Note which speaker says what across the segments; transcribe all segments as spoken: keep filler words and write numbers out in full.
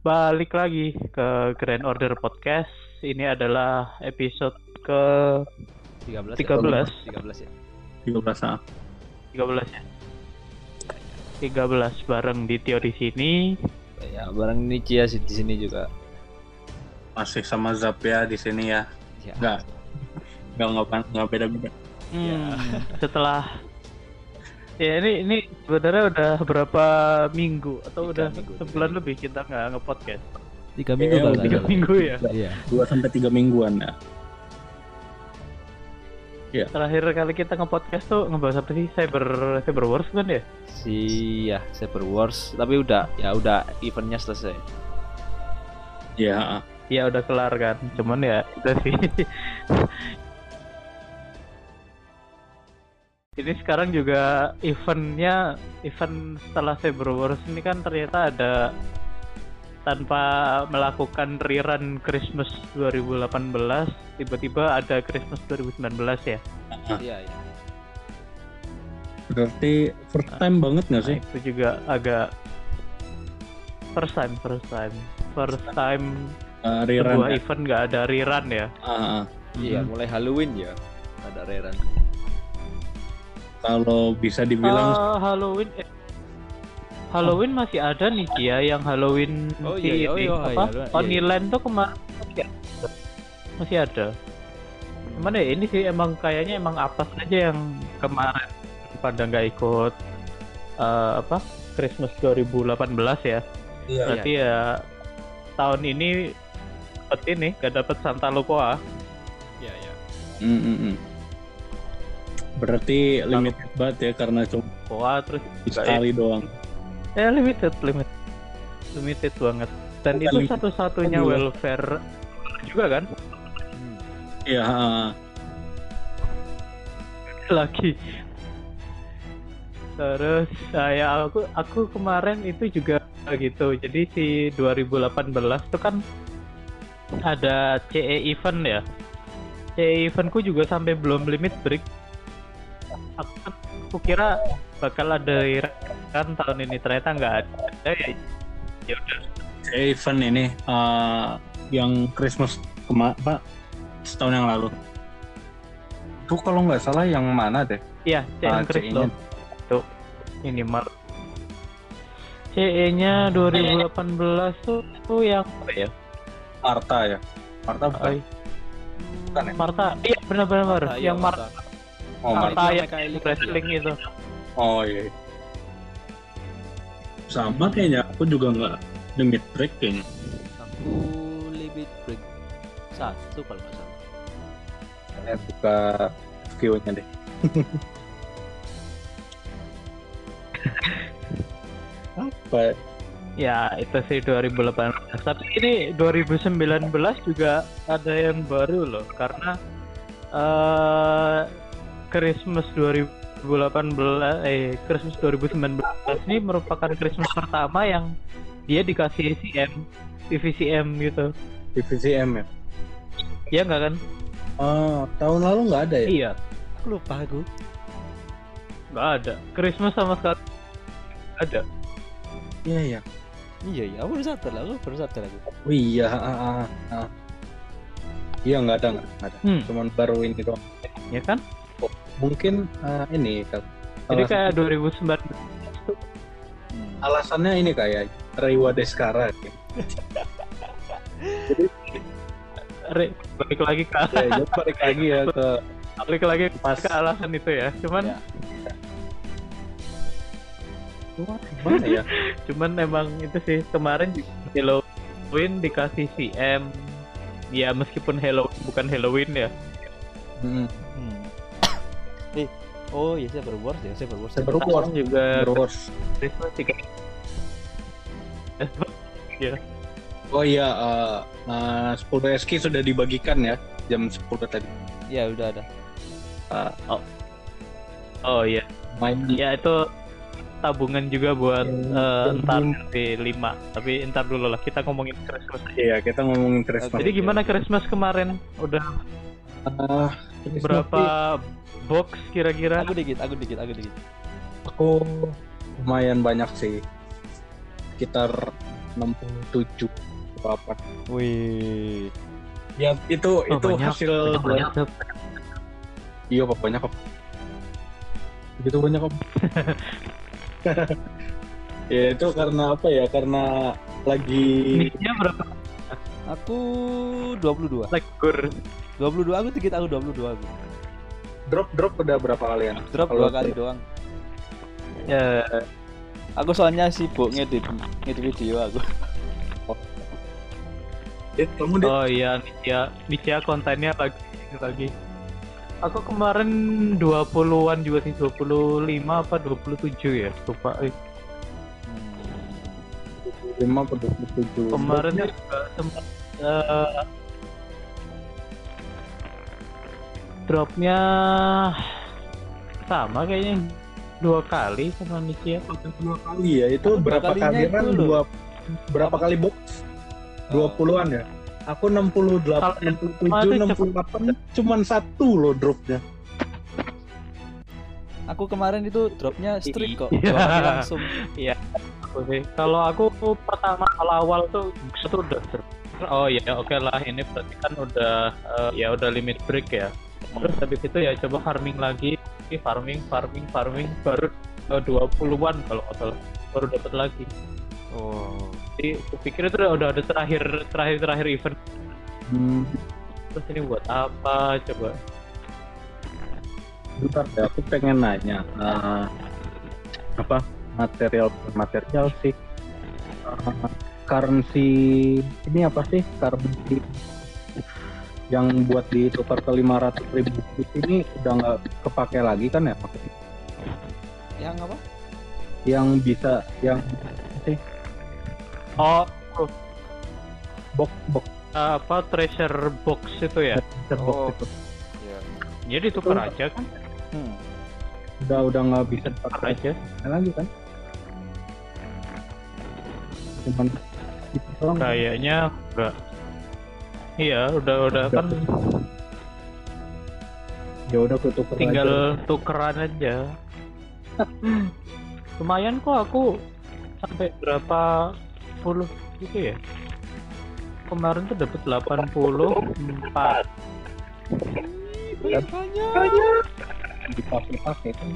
Speaker 1: Balik lagi ke Grand Order Podcast. Ini adalah episode ke
Speaker 2: tiga belas
Speaker 1: tiga belas.
Speaker 2: ya? tiga belas ya?
Speaker 3: tiga belas ah.
Speaker 1: tiga belas ya. tiga belas bareng Dityo di sini.
Speaker 2: Ya, bareng Nicia sih di sini juga.
Speaker 3: Masih sama Zap ya di sini ya.
Speaker 2: Ya.
Speaker 3: Enggak. Enggak enggak enggak beda-beda.
Speaker 1: Hmm,
Speaker 2: Ya.
Speaker 1: Setelah ya ini ini sebenarnya udah berapa minggu atau
Speaker 2: Tiga
Speaker 1: udah
Speaker 2: minggu,
Speaker 1: sebulan
Speaker 2: tiga
Speaker 1: lebih kita nggak nge-podcast.
Speaker 2: Tiga minggu
Speaker 3: Ya,
Speaker 2: kalau
Speaker 3: udah
Speaker 2: nggak
Speaker 1: Tiga
Speaker 2: salah.
Speaker 1: minggu ya.
Speaker 2: Iya.
Speaker 3: dua sampai tiga mingguan ya.
Speaker 1: Terakhir kali kita nge-podcast tuh ngebahas apa sih? Cyber Cyber Wars kan ya?
Speaker 2: Si ya Cyber Wars, tapi udah ya udah eventnya selesai.
Speaker 3: Ya,
Speaker 1: Ya udah kelar kan. Cuman ya itu sih. Ini sekarang juga eventnya, event setelah Cyber Wars ini kan ternyata ada tanpa melakukan rerun Christmas dua ribu delapan belas, tiba-tiba ada Christmas dua ribu sembilan belas ya.
Speaker 2: Iya, iya.
Speaker 3: berarti first time banget nggak sih?
Speaker 1: Nah, itu juga agak first time, first time, first time
Speaker 3: Uh,
Speaker 1: sebuah
Speaker 3: rerun ya?
Speaker 1: event nggak ada rerun ya.
Speaker 3: Ah, ah.
Speaker 2: Iya,
Speaker 1: Mhm.
Speaker 2: mulai Halloween ya ada rerun.
Speaker 3: Kalau bisa dibilang
Speaker 1: Eh, Halloween eh, Halloween masih ada nih Cia, yang Halloween
Speaker 2: Oh
Speaker 1: si
Speaker 2: iya, oh
Speaker 1: ini,
Speaker 2: iya,
Speaker 1: apa
Speaker 2: iya, iya.
Speaker 1: Honeyland tuh kemarin masih ada. Masih ada. Cuman ya ini sih emang kayaknya emang apa saja yang kemarin pada nggak ikut eh, apa Christmas dua ribu delapan belas ya.
Speaker 3: Iya.
Speaker 1: Berarti ya tahun ini dapet ini gak dapet Santa Lucoa.
Speaker 2: Iya, iya.
Speaker 3: Mm, mm, mm. Berarti limited banget ya karena cuma
Speaker 1: Lucoa terus juga
Speaker 3: sekali doang.
Speaker 1: ya limited limit limited banget. Dan
Speaker 3: Bukan
Speaker 1: itu
Speaker 3: limited.
Speaker 1: satu-satunya
Speaker 3: Aduh.
Speaker 1: welfare juga kan.
Speaker 2: Hmm.
Speaker 3: Iya, ah, ah.
Speaker 1: Lagi terus saya aku aku kemarin itu juga gitu, jadi si dua ribu delapan belas itu kan ada C E event ya. C E eventku juga sampai belum limit break. Aku, kan- aku kira bakal ada kan tahun ini, ternyata nggak ada ya. Ya udah.
Speaker 3: Event ini uh, yang Christmas kema apa setahun yang lalu. Itu kalau nggak salah yang mana deh?
Speaker 1: Iya, C E
Speaker 3: Ah,
Speaker 1: Chris
Speaker 3: C E-nya.
Speaker 1: loh. Tuh, ini Mar. C E-nya dua ribu delapan belas tuh, tuh yang apa ya?
Speaker 3: Marta ya. Marta bukan.
Speaker 1: Ay,
Speaker 3: Bukan ya?
Speaker 1: Marta. Iya, benar-benar.
Speaker 2: Marta, iya,
Speaker 1: Yang Marta.
Speaker 3: Oh, Marta.
Speaker 1: Marta
Speaker 2: Itu
Speaker 1: yang
Speaker 2: mereka elit
Speaker 1: wrestling itu.
Speaker 3: Oh iya. Sama kayaknya aku juga nggak limit break kayaknya.
Speaker 2: Aku limit break satu kalau nggak salah.
Speaker 3: Saya buka view-nya deh. Apa?
Speaker 1: Ya, itu sih dua ribu delapan belas. Tapi ini dua ribu sembilan belas juga ada yang baru loh, karena eh Christmas dua ribu delapan belas eh Christmas dua ribu sembilan belas ini merupakan Christmas pertama yang dia dikasih C M, T V C M gitu.
Speaker 3: T V C M ya?
Speaker 1: Ya nggak kan?
Speaker 3: Oh, tahun lalu nggak ada ya?
Speaker 1: Iya,
Speaker 2: Aku lupa aku.
Speaker 1: nggak ada. Christmas sama sekali nggak ada.
Speaker 3: Iya ya.
Speaker 2: Iya, iya. Aku baru sadar lah. Aku baru sadar aku.
Speaker 3: Oh iya. Ah, ah, ah. Iya nggak ada nggak ada.
Speaker 1: Hmm,
Speaker 3: Cuman baru ini doang.
Speaker 1: ya kan?
Speaker 3: Mungkin ah, ini kan.
Speaker 1: Jadi
Speaker 3: Alas-
Speaker 1: kayak dua ribu sembilan belas tuh
Speaker 2: Hmm.
Speaker 3: alasannya ini kayak Rewa Deskara. Jadi
Speaker 1: re- balik lagi ke
Speaker 3: ya, jadi balik lagi ya ke
Speaker 1: balik lagi
Speaker 3: pas
Speaker 1: ke alasan itu ya. Cuman
Speaker 2: Ya.
Speaker 3: mana ya?
Speaker 1: cuman emang itu sih kemarin juga Halloween dikasih C M. Ya meskipun Halloween bukan Halloween ya.
Speaker 3: Hmm.
Speaker 2: Hmm. eh, oh iya, Cyber Wars ya, Cyber Wars.
Speaker 3: Cyber Wars.
Speaker 1: Sekarang juga
Speaker 3: Star Wars.
Speaker 1: Christmas dikasih. Ya.
Speaker 3: Oh iya, uh, uh, sepuluh S K sudah dibagikan ya jam sepuluh tadi.
Speaker 2: Ya udah ada.
Speaker 3: Uh,
Speaker 1: Oh iya.
Speaker 3: main
Speaker 1: Ya itu tabungan juga buat
Speaker 3: Hmm,
Speaker 1: eh,
Speaker 3: yang
Speaker 1: ntar
Speaker 3: belum-
Speaker 1: di lima. Tapi ntar dulu lah, kita ngomongin Christmas.
Speaker 3: Iya, kita ngomongin Christmas.
Speaker 1: Jadi gimana Christmas kemarin? Udah
Speaker 3: Uh, Christmas
Speaker 1: berapa box kira-kira?
Speaker 2: Aku dikit, aku dikit, aku dikit.
Speaker 3: sih aku lumayan banyak sih. Sekitar enam puluh tujuh apa.
Speaker 2: Wih.
Speaker 3: Ya itu
Speaker 1: Oh,
Speaker 3: itu
Speaker 1: banyak,
Speaker 3: hasil
Speaker 1: banyak, banyak, Sob.
Speaker 3: iya Pak, banyak kok. Begitu banyak kok. Ya itu karena apa ya? Karena lagi
Speaker 1: Nicknya berapa?
Speaker 2: Aku dua puluh dua.
Speaker 1: Legur.
Speaker 2: dua puluh dua aku dikit, aku dua puluh dua aku.
Speaker 3: drop drop udah berapa kalian?
Speaker 2: Drop
Speaker 3: Kalau
Speaker 2: dua kali doang.
Speaker 1: Ya,
Speaker 2: Aku soalnya sibuk ngedit ngedit video aku.
Speaker 3: Eh, kamu dia
Speaker 1: oh iya, Nicia, Nicia kontennya lagi lagi. Aku kemarin dua puluhan juga sih, dua puluh lima apa dua puluh tujuh ya, lupa. Eh.
Speaker 3: lima atau dua puluh tujuh.
Speaker 1: Kemarin juga sempat eh, dropnya sama kayaknya dua kali sama Nicia.
Speaker 3: dua kali ya. Itu
Speaker 2: Aku
Speaker 3: berapa
Speaker 2: dua kalinya
Speaker 3: kali kan?
Speaker 2: itu loh.
Speaker 3: Dua berapa kali box? dua puluhan ya. Aku enam puluh delapan,
Speaker 1: Kalau
Speaker 3: enam puluh
Speaker 1: sama
Speaker 3: tujuh,
Speaker 1: tuh
Speaker 3: enam puluh delapan cuman satu loh dropnya.
Speaker 2: Aku kemarin itu dropnya streak kok.
Speaker 1: Iya.
Speaker 2: Dua kali langsung.
Speaker 1: Aku sih. Kalau aku pertama awal tuh satu udah ser- oh ya oke lah, ini berarti kan udah eh, ya udah limit break ya. Terus habis itu ya coba farming lagi, farming farming farming baru eh, dua puluhan kalau nggak salah baru dapat lagi.
Speaker 2: Oh.
Speaker 1: Jadi aku pikir itu udah udah ada terakhir terakhir terakhir event.
Speaker 3: Hmm,
Speaker 1: Terus ini buat apa coba?
Speaker 3: bentar ya, aku pengen nanya eh, apa material material sih. Eh, currency ini apa sih currency yang buat ditukar ke lima ratus ribu ini udah nggak kepake lagi kan ya maksudnya?
Speaker 2: Yang apa?
Speaker 3: Yang bisa yang sih
Speaker 1: Oh,
Speaker 3: box box
Speaker 1: apa treasure box itu ya?
Speaker 3: treasure box
Speaker 2: Oh.
Speaker 3: itu
Speaker 2: Iya.
Speaker 1: Jadi tukar aja kan?
Speaker 2: Hmm.
Speaker 3: udah udah nggak bisa
Speaker 1: Tukar
Speaker 3: dipakai
Speaker 1: aja.
Speaker 3: lagi kan? Cuman itu doang.
Speaker 1: Kayaknya enggak. Iya, udah udah
Speaker 3: Udah.
Speaker 1: kan
Speaker 3: Ya udah ketuker
Speaker 1: tinggal
Speaker 3: aja.
Speaker 1: tukeran aja. Lumayan kok aku sampai berapa puluh gitu ya. Kemarin tuh dapat delapan puluh empat.
Speaker 2: Banyak.
Speaker 3: Dipakai-pakai kan.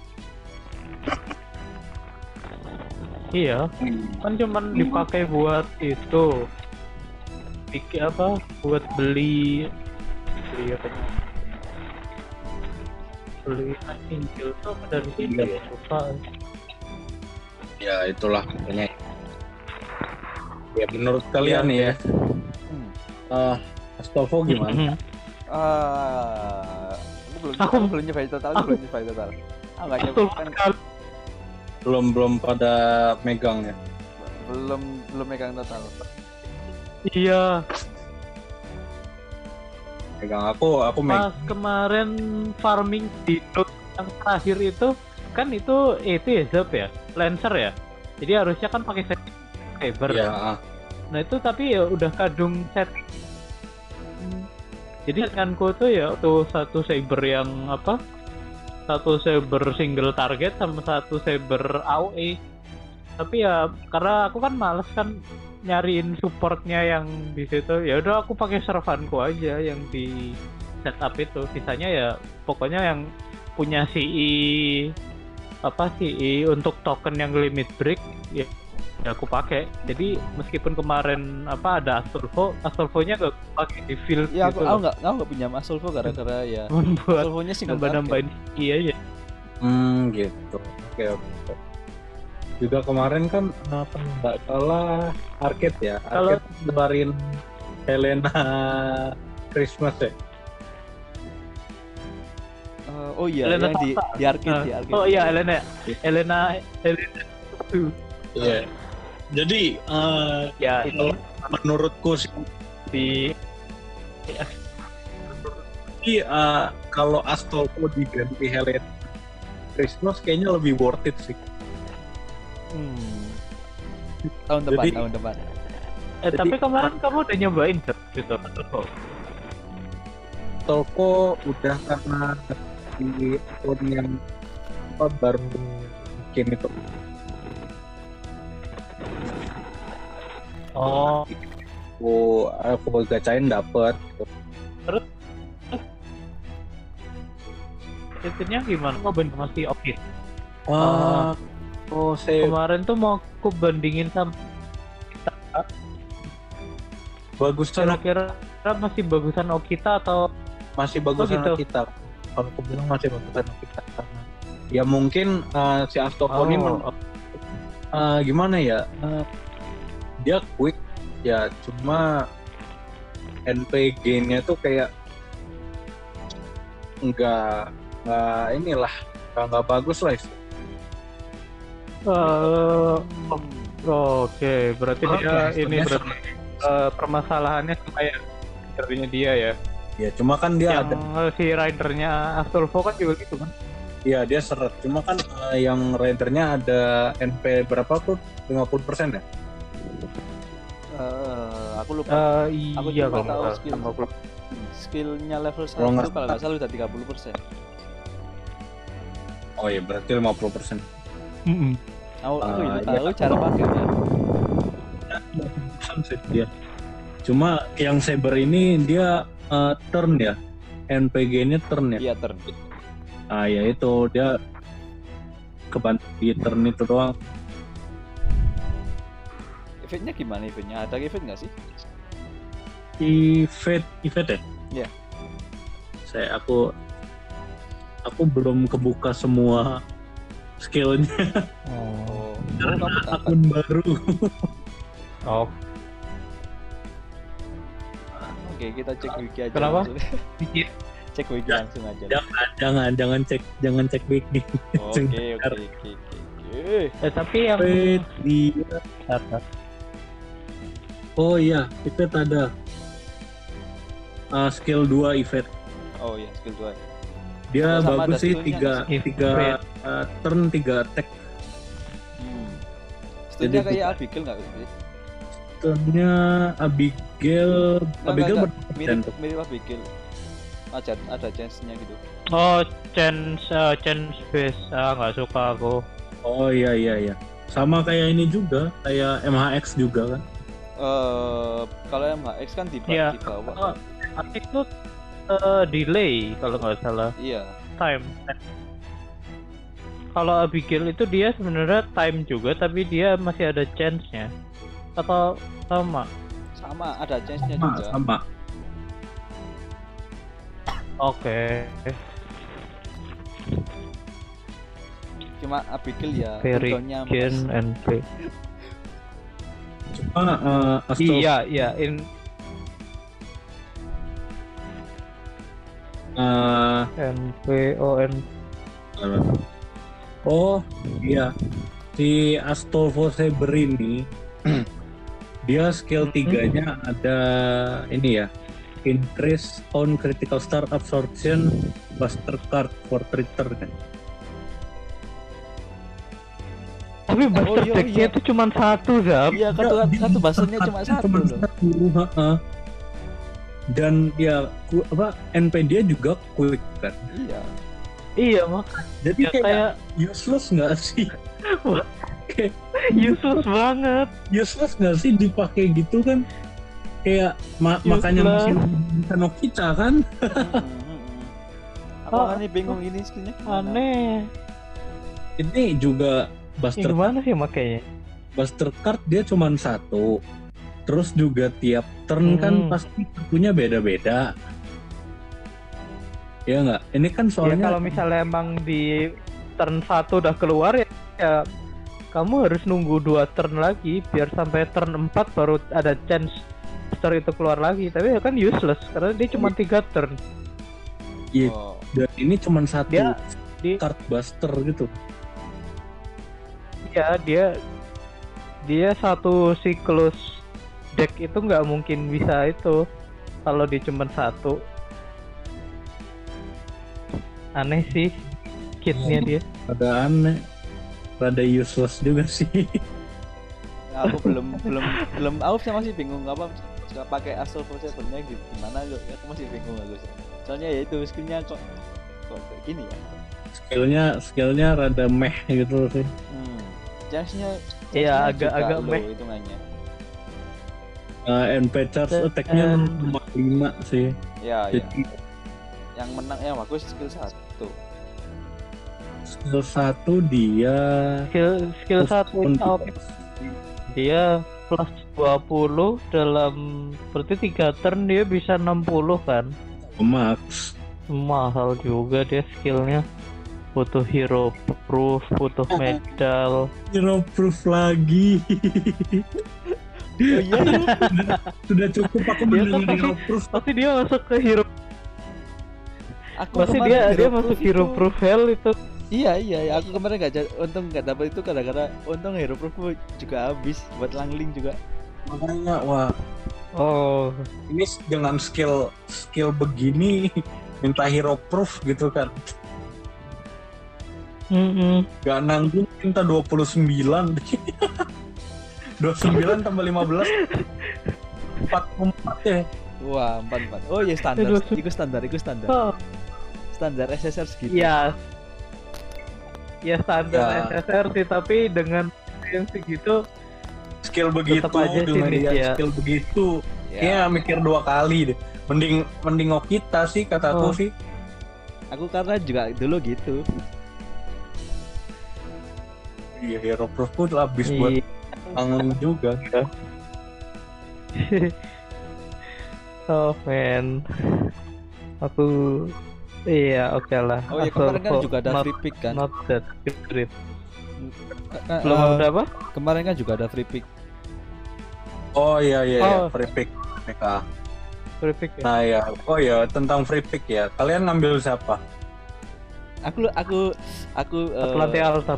Speaker 1: Iya, kan cuman dipakai buat itu. Bikin apa? Buat beli beli apa? Beli Angel tuh apa dari sini ya? Lupa.
Speaker 3: Ya itulah pokoknya. Ya menurut kalian nih ya,
Speaker 2: Hmm.
Speaker 3: uh, Astolfo gimana?
Speaker 2: Ah, aku belum
Speaker 1: Aku-
Speaker 2: aku belum nyobain total, aku
Speaker 1: aku-
Speaker 2: belum nyobain total. Ah, nggak
Speaker 1: Betul
Speaker 2: nyobain, kan
Speaker 1: sekali.
Speaker 3: belum belum pada megang ya.
Speaker 2: belum belum megang total.
Speaker 1: Iya,
Speaker 3: Megang aku aku megang.
Speaker 1: pas kemarin farming di note yang terakhir itu kan itu itu ya Zap ya, Lancer ya. Jadi harusnya kan pakai set saber.
Speaker 3: Ya, ah.
Speaker 1: Nah itu tapi ya udah kadung set. Hmm. Jadi settinganku tuh ya tuh satu saber yang apa? Satu saber single target sama satu saber A O E. Tapi ya karena aku kan males kan nyariin supportnya yang di situ. Ya udah aku pakai servanku aja yang di setup itu. Sisanya ya pokoknya yang punya C I apa C I untuk token yang limit break ya ya aku pakai. Jadi meskipun kemarin apa ada Astolfo, Astolfo-nya gak pakai di field
Speaker 2: Ya aku
Speaker 1: gitu
Speaker 2: aku
Speaker 1: loh.
Speaker 2: nggak aku nggak pinjam Astolfo gara-gara ya
Speaker 1: Cuman buat
Speaker 2: Astolfonya single target.
Speaker 1: nambah-nambahin iya ya.
Speaker 3: Hmm gitu. Oke oke. Juga kemarin kan apa nggak salah arcade ya.
Speaker 1: Kalau-
Speaker 3: Arcade ngeluarin Helena Christmas ya.
Speaker 2: Eh, oh iya,
Speaker 1: Elena
Speaker 2: yang di
Speaker 1: Santa.
Speaker 2: di arcade,
Speaker 1: Nah,
Speaker 2: di arcade.
Speaker 1: oh iya Elena, Elena, Elena tuh.
Speaker 3: Iya. Jadi eh,
Speaker 1: Ya itu
Speaker 3: menurutku sih
Speaker 1: di
Speaker 3: Tapi uh, kalau Astolfo diganti Helena Christmas kayaknya lebih worth it sih.
Speaker 2: Hmm. Tahun depan,
Speaker 3: Jadi-
Speaker 2: tahun depan.
Speaker 1: eh
Speaker 3: Jadi-
Speaker 1: tapi kemarin kamu udah nyobain Zap, gitu Astolfo?
Speaker 3: Astolfo udah karena di akun yang apa baru bikin itu.
Speaker 1: Oh,
Speaker 3: Aku aku gacain dapet.
Speaker 1: itunya gimana? Mau banding masih oke.
Speaker 3: Ah, oh saya
Speaker 1: Kemarin tuh mau aku bandingin sama
Speaker 3: bagusan
Speaker 1: kira-kira masih bagusan Okita atau
Speaker 3: masih bagusan
Speaker 1: Oh, gitu.
Speaker 3: kita. Kalau aku bilang masih bagusan kita karena ya mungkin uh, si Astolfo ini men-
Speaker 1: oh,
Speaker 3: uh, gimana ya? Uh, dia quick ya, cuma N P gainnya tuh kayak enggak enggak inilah enggak, enggak bagus lah.
Speaker 1: eh, oh, oke, berarti
Speaker 3: Oh,
Speaker 1: dia
Speaker 3: oke,
Speaker 1: ini
Speaker 3: sebenarnya
Speaker 1: berarti eh, permasalahannya kayak ridernya dia ya.
Speaker 3: Ya cuma kan dia
Speaker 1: Yang
Speaker 3: ada
Speaker 1: si ridernya Astolfo kan juga gitu kan?
Speaker 3: ya dia seret. Cuma kan uh, yang ridernya ada N P berapa tuh? lima puluh persen ya?
Speaker 2: Eh, aku lupa.
Speaker 1: Eh,
Speaker 2: Aku
Speaker 1: iya
Speaker 2: cuma
Speaker 1: kalau
Speaker 2: tahu
Speaker 1: nggak
Speaker 2: skill.
Speaker 1: salah lima puluh.
Speaker 2: Skillnya level
Speaker 3: Kalau nggak
Speaker 2: satu kalau nggak salah udah tiga puluh persen.
Speaker 3: Oh ya berarti lima puluh persen.
Speaker 1: Mm-mm.
Speaker 2: Aku, aku
Speaker 3: Ah,
Speaker 2: itu
Speaker 3: iya.
Speaker 2: tahu cara pakainya.
Speaker 3: Sih dia. Cuma yang Saber ini dia uh, turn ya. N P G-nya turn ya.
Speaker 2: Iya turn.
Speaker 3: Ah ya itu dia kebantu di turn itu doang.
Speaker 2: Eventnya gimana eventnya? Ada event nggak sih?
Speaker 3: Event event ya?
Speaker 2: Iya.
Speaker 3: Saya aku aku belum kebuka semua skillnya.
Speaker 1: Oh,
Speaker 2: Oh, oh kamu dapat.
Speaker 3: Akun baru.
Speaker 1: oh,
Speaker 2: Oke kita cek wiki aja.
Speaker 1: Kenapa?
Speaker 2: langsung.
Speaker 1: dikit.
Speaker 2: Cek wiki
Speaker 3: Ya.
Speaker 2: langsung aja.
Speaker 3: jangan jangan jangan cek jangan cek wiki.
Speaker 2: Oke oke oke oke. oke.
Speaker 1: Eh, tapi yang
Speaker 3: Event dia Oh iya, event ada. Uh, skill dua event.
Speaker 2: Oh iya skill dua.
Speaker 3: Dia
Speaker 2: Oh, sama
Speaker 3: bagus
Speaker 2: ada
Speaker 3: sih
Speaker 2: skillnya
Speaker 3: tiga
Speaker 1: nggak sih?
Speaker 3: tiga uh, turn tiga attack.
Speaker 2: Hmm. Skillnya
Speaker 3: Jadi
Speaker 2: kayak Abigail nggak sih?
Speaker 3: Turnnya Abigail
Speaker 2: Nggak,
Speaker 3: Abigail
Speaker 2: nggak,
Speaker 3: berapa
Speaker 2: mirip
Speaker 3: tuh?
Speaker 2: mirip Abigail. Ada ada chance-nya gitu.
Speaker 1: oh chance uh, chance base ah nggak suka aku.
Speaker 3: Oh iya iya iya. Sama kayak ini juga, kayak M H X juga kan.
Speaker 2: Eh kalau M H X kan di, ba-
Speaker 1: Iya.
Speaker 2: di bawah.
Speaker 1: Oh, Asik tuh eh, delay kalau nggak salah
Speaker 2: Iya.
Speaker 1: time. Kalau Abigail itu dia sebenarnya time juga tapi dia masih ada chance-nya. Atau sama?
Speaker 2: Sama ada chance-nya
Speaker 3: Sama,
Speaker 2: juga.
Speaker 3: sama.
Speaker 1: Oke.
Speaker 2: Cuma Abigail ya
Speaker 1: Very
Speaker 2: cooldown-nya
Speaker 1: gain
Speaker 2: mas.
Speaker 1: and play.
Speaker 3: Cuma uh, Astro
Speaker 1: Iya, iya. In
Speaker 3: uh,
Speaker 1: N P O N.
Speaker 3: Oh iya, si Astolfo Saber ini dia skill
Speaker 1: Mhm.
Speaker 3: tiganya ada ini ya, increase on critical star absorption buster card for trigger kan.
Speaker 1: Tapi
Speaker 2: Oh,
Speaker 1: Buster
Speaker 2: iya,
Speaker 1: Deck-nya
Speaker 2: iya.
Speaker 1: itu cuma satu, Zap.
Speaker 2: Iya satu
Speaker 3: Ya, dia
Speaker 2: satu basternya
Speaker 3: buster
Speaker 2: cuma
Speaker 3: cardnya
Speaker 2: satu
Speaker 3: cuma
Speaker 2: loh.
Speaker 3: satu, ha-ha. Dan ya ku- apa N P dia juga quick kan.
Speaker 2: Iya.
Speaker 1: Iya, mak.
Speaker 3: Jadi
Speaker 1: Ya,
Speaker 3: kayak
Speaker 1: kayak
Speaker 3: useless nggak sih? Kayak
Speaker 1: useless banget.
Speaker 3: useless nggak sih dipakai gitu kan? Kayak ma- makanya masih bisa Nokita kan?
Speaker 2: Aku
Speaker 1: Oh.
Speaker 2: makanya bingung ini skillnya gimana.
Speaker 1: Aneh.
Speaker 3: Ini juga
Speaker 1: Ini
Speaker 3: Buster
Speaker 1: gimana sih makanya?
Speaker 3: Buster card dia cuma satu. Terus juga tiap turn kan
Speaker 1: Hmm.
Speaker 3: pasti punya beda-beda. Ya nggak? Ini kan
Speaker 1: Ya
Speaker 3: soalnya
Speaker 1: kalau misalnya emang di turn satu udah keluar ya, ya kamu harus nunggu dua turn lagi biar sampai turn empat baru ada chance Buster itu keluar lagi. Tapi ya kan useless karena dia cuma tiga turn.
Speaker 3: Iya,
Speaker 2: Oh.
Speaker 3: dan ini cuma satu
Speaker 1: Dia- di-
Speaker 3: card Buster gitu.
Speaker 1: Ya dia dia satu siklus deck itu nggak mungkin bisa itu kalau dia cuma satu. Aneh sih kitnya dia.
Speaker 3: Rada aneh, rada useless juga sih.
Speaker 2: Aku belum belum belum aku sih masih bingung apa nggak pakai Astolfo Saber-nya gitu. Gimana aku aku masih bingung aku. Soalnya ya itu skillnya kok kok kayak gini ya.
Speaker 3: Skillnya skillnya rada meh gitu sih.
Speaker 2: Hmm. Chance-nya
Speaker 1: Iya,
Speaker 2: chance-nya
Speaker 1: agak-
Speaker 2: juga
Speaker 1: agak
Speaker 2: low
Speaker 1: meh.
Speaker 2: hitungannya.
Speaker 3: Uh, N P charge attack-nya
Speaker 1: And-
Speaker 3: lima sih.
Speaker 2: Ya, ya.
Speaker 3: Jadi
Speaker 2: Yang menang yang bagus skill satu.
Speaker 3: skill satu dia
Speaker 1: skill skill satu
Speaker 3: Pun-
Speaker 1: oke. Dia plus dua puluh dalam berarti tiga turn dia bisa enam puluh kan.
Speaker 3: max.
Speaker 1: Mahal juga dia skillnya. Butuh hero proof, butuh medal.
Speaker 3: Hero proof lagi.
Speaker 2: Oh iya.
Speaker 3: Sudah cukup aku
Speaker 1: Dia
Speaker 3: mendengar
Speaker 1: kan
Speaker 3: hero proof.
Speaker 1: Pasti dia masuk ke hero.
Speaker 2: Aku
Speaker 1: Pasti
Speaker 2: kemarin
Speaker 1: dia dia
Speaker 2: hero
Speaker 1: masuk
Speaker 2: proof
Speaker 1: hero
Speaker 2: itu-
Speaker 1: proof hell itu.
Speaker 2: Iya iya, iya. Aku kemarin nggak ja- untung nggak dapat itu gara-gara untung hero proof juga habis buat langling juga.
Speaker 3: Makanya wah,
Speaker 1: Oh,
Speaker 3: ini dengan skill skill begini minta hero proof gitu kan.
Speaker 1: mm
Speaker 3: Gak nanggung minta dua puluh sembilan. dua puluh sembilan tambah lima belas empat puluh empat ya.
Speaker 2: Wah, empat empat. Oh iya standar,
Speaker 1: Aduh.
Speaker 2: itu standar, itu standar.
Speaker 1: oh,
Speaker 2: Standar S S R segitu.
Speaker 1: ya, ya standar
Speaker 3: Ya.
Speaker 1: S S R sih, tapi dengan yang segitu,
Speaker 3: Skill begitu
Speaker 1: Tetap aja sih,
Speaker 3: dengan
Speaker 1: Nick,
Speaker 3: dia
Speaker 1: ya.
Speaker 3: skill begitu.
Speaker 2: Ya,
Speaker 3: Kayaknya mikir dua kali deh. Mending mending Okita sih kataku
Speaker 1: Oh.
Speaker 3: sih.
Speaker 2: aku karena juga dulu gitu.
Speaker 3: Iya hero proof pun habis buat
Speaker 1: iya.
Speaker 3: bangun juga ya.
Speaker 1: Oh man, aku, iya oke lah.
Speaker 2: Oh iya
Speaker 1: Asal
Speaker 2: kemarin kan
Speaker 1: kok
Speaker 2: juga ada
Speaker 1: not,
Speaker 2: free pick kan.
Speaker 1: not that great.
Speaker 2: Eh,
Speaker 1: Belum
Speaker 2: eh,
Speaker 1: ada apa?
Speaker 2: Kemarin kan juga ada free pick.
Speaker 3: Oh iya iya iya,
Speaker 1: Oh.
Speaker 3: free pick. P K.
Speaker 1: Free pick ya?
Speaker 3: Nah ya, oh ya tentang free pick ya. Kalian ngambil siapa?
Speaker 2: Aku aku aku eh,
Speaker 1: Atlantic Altar.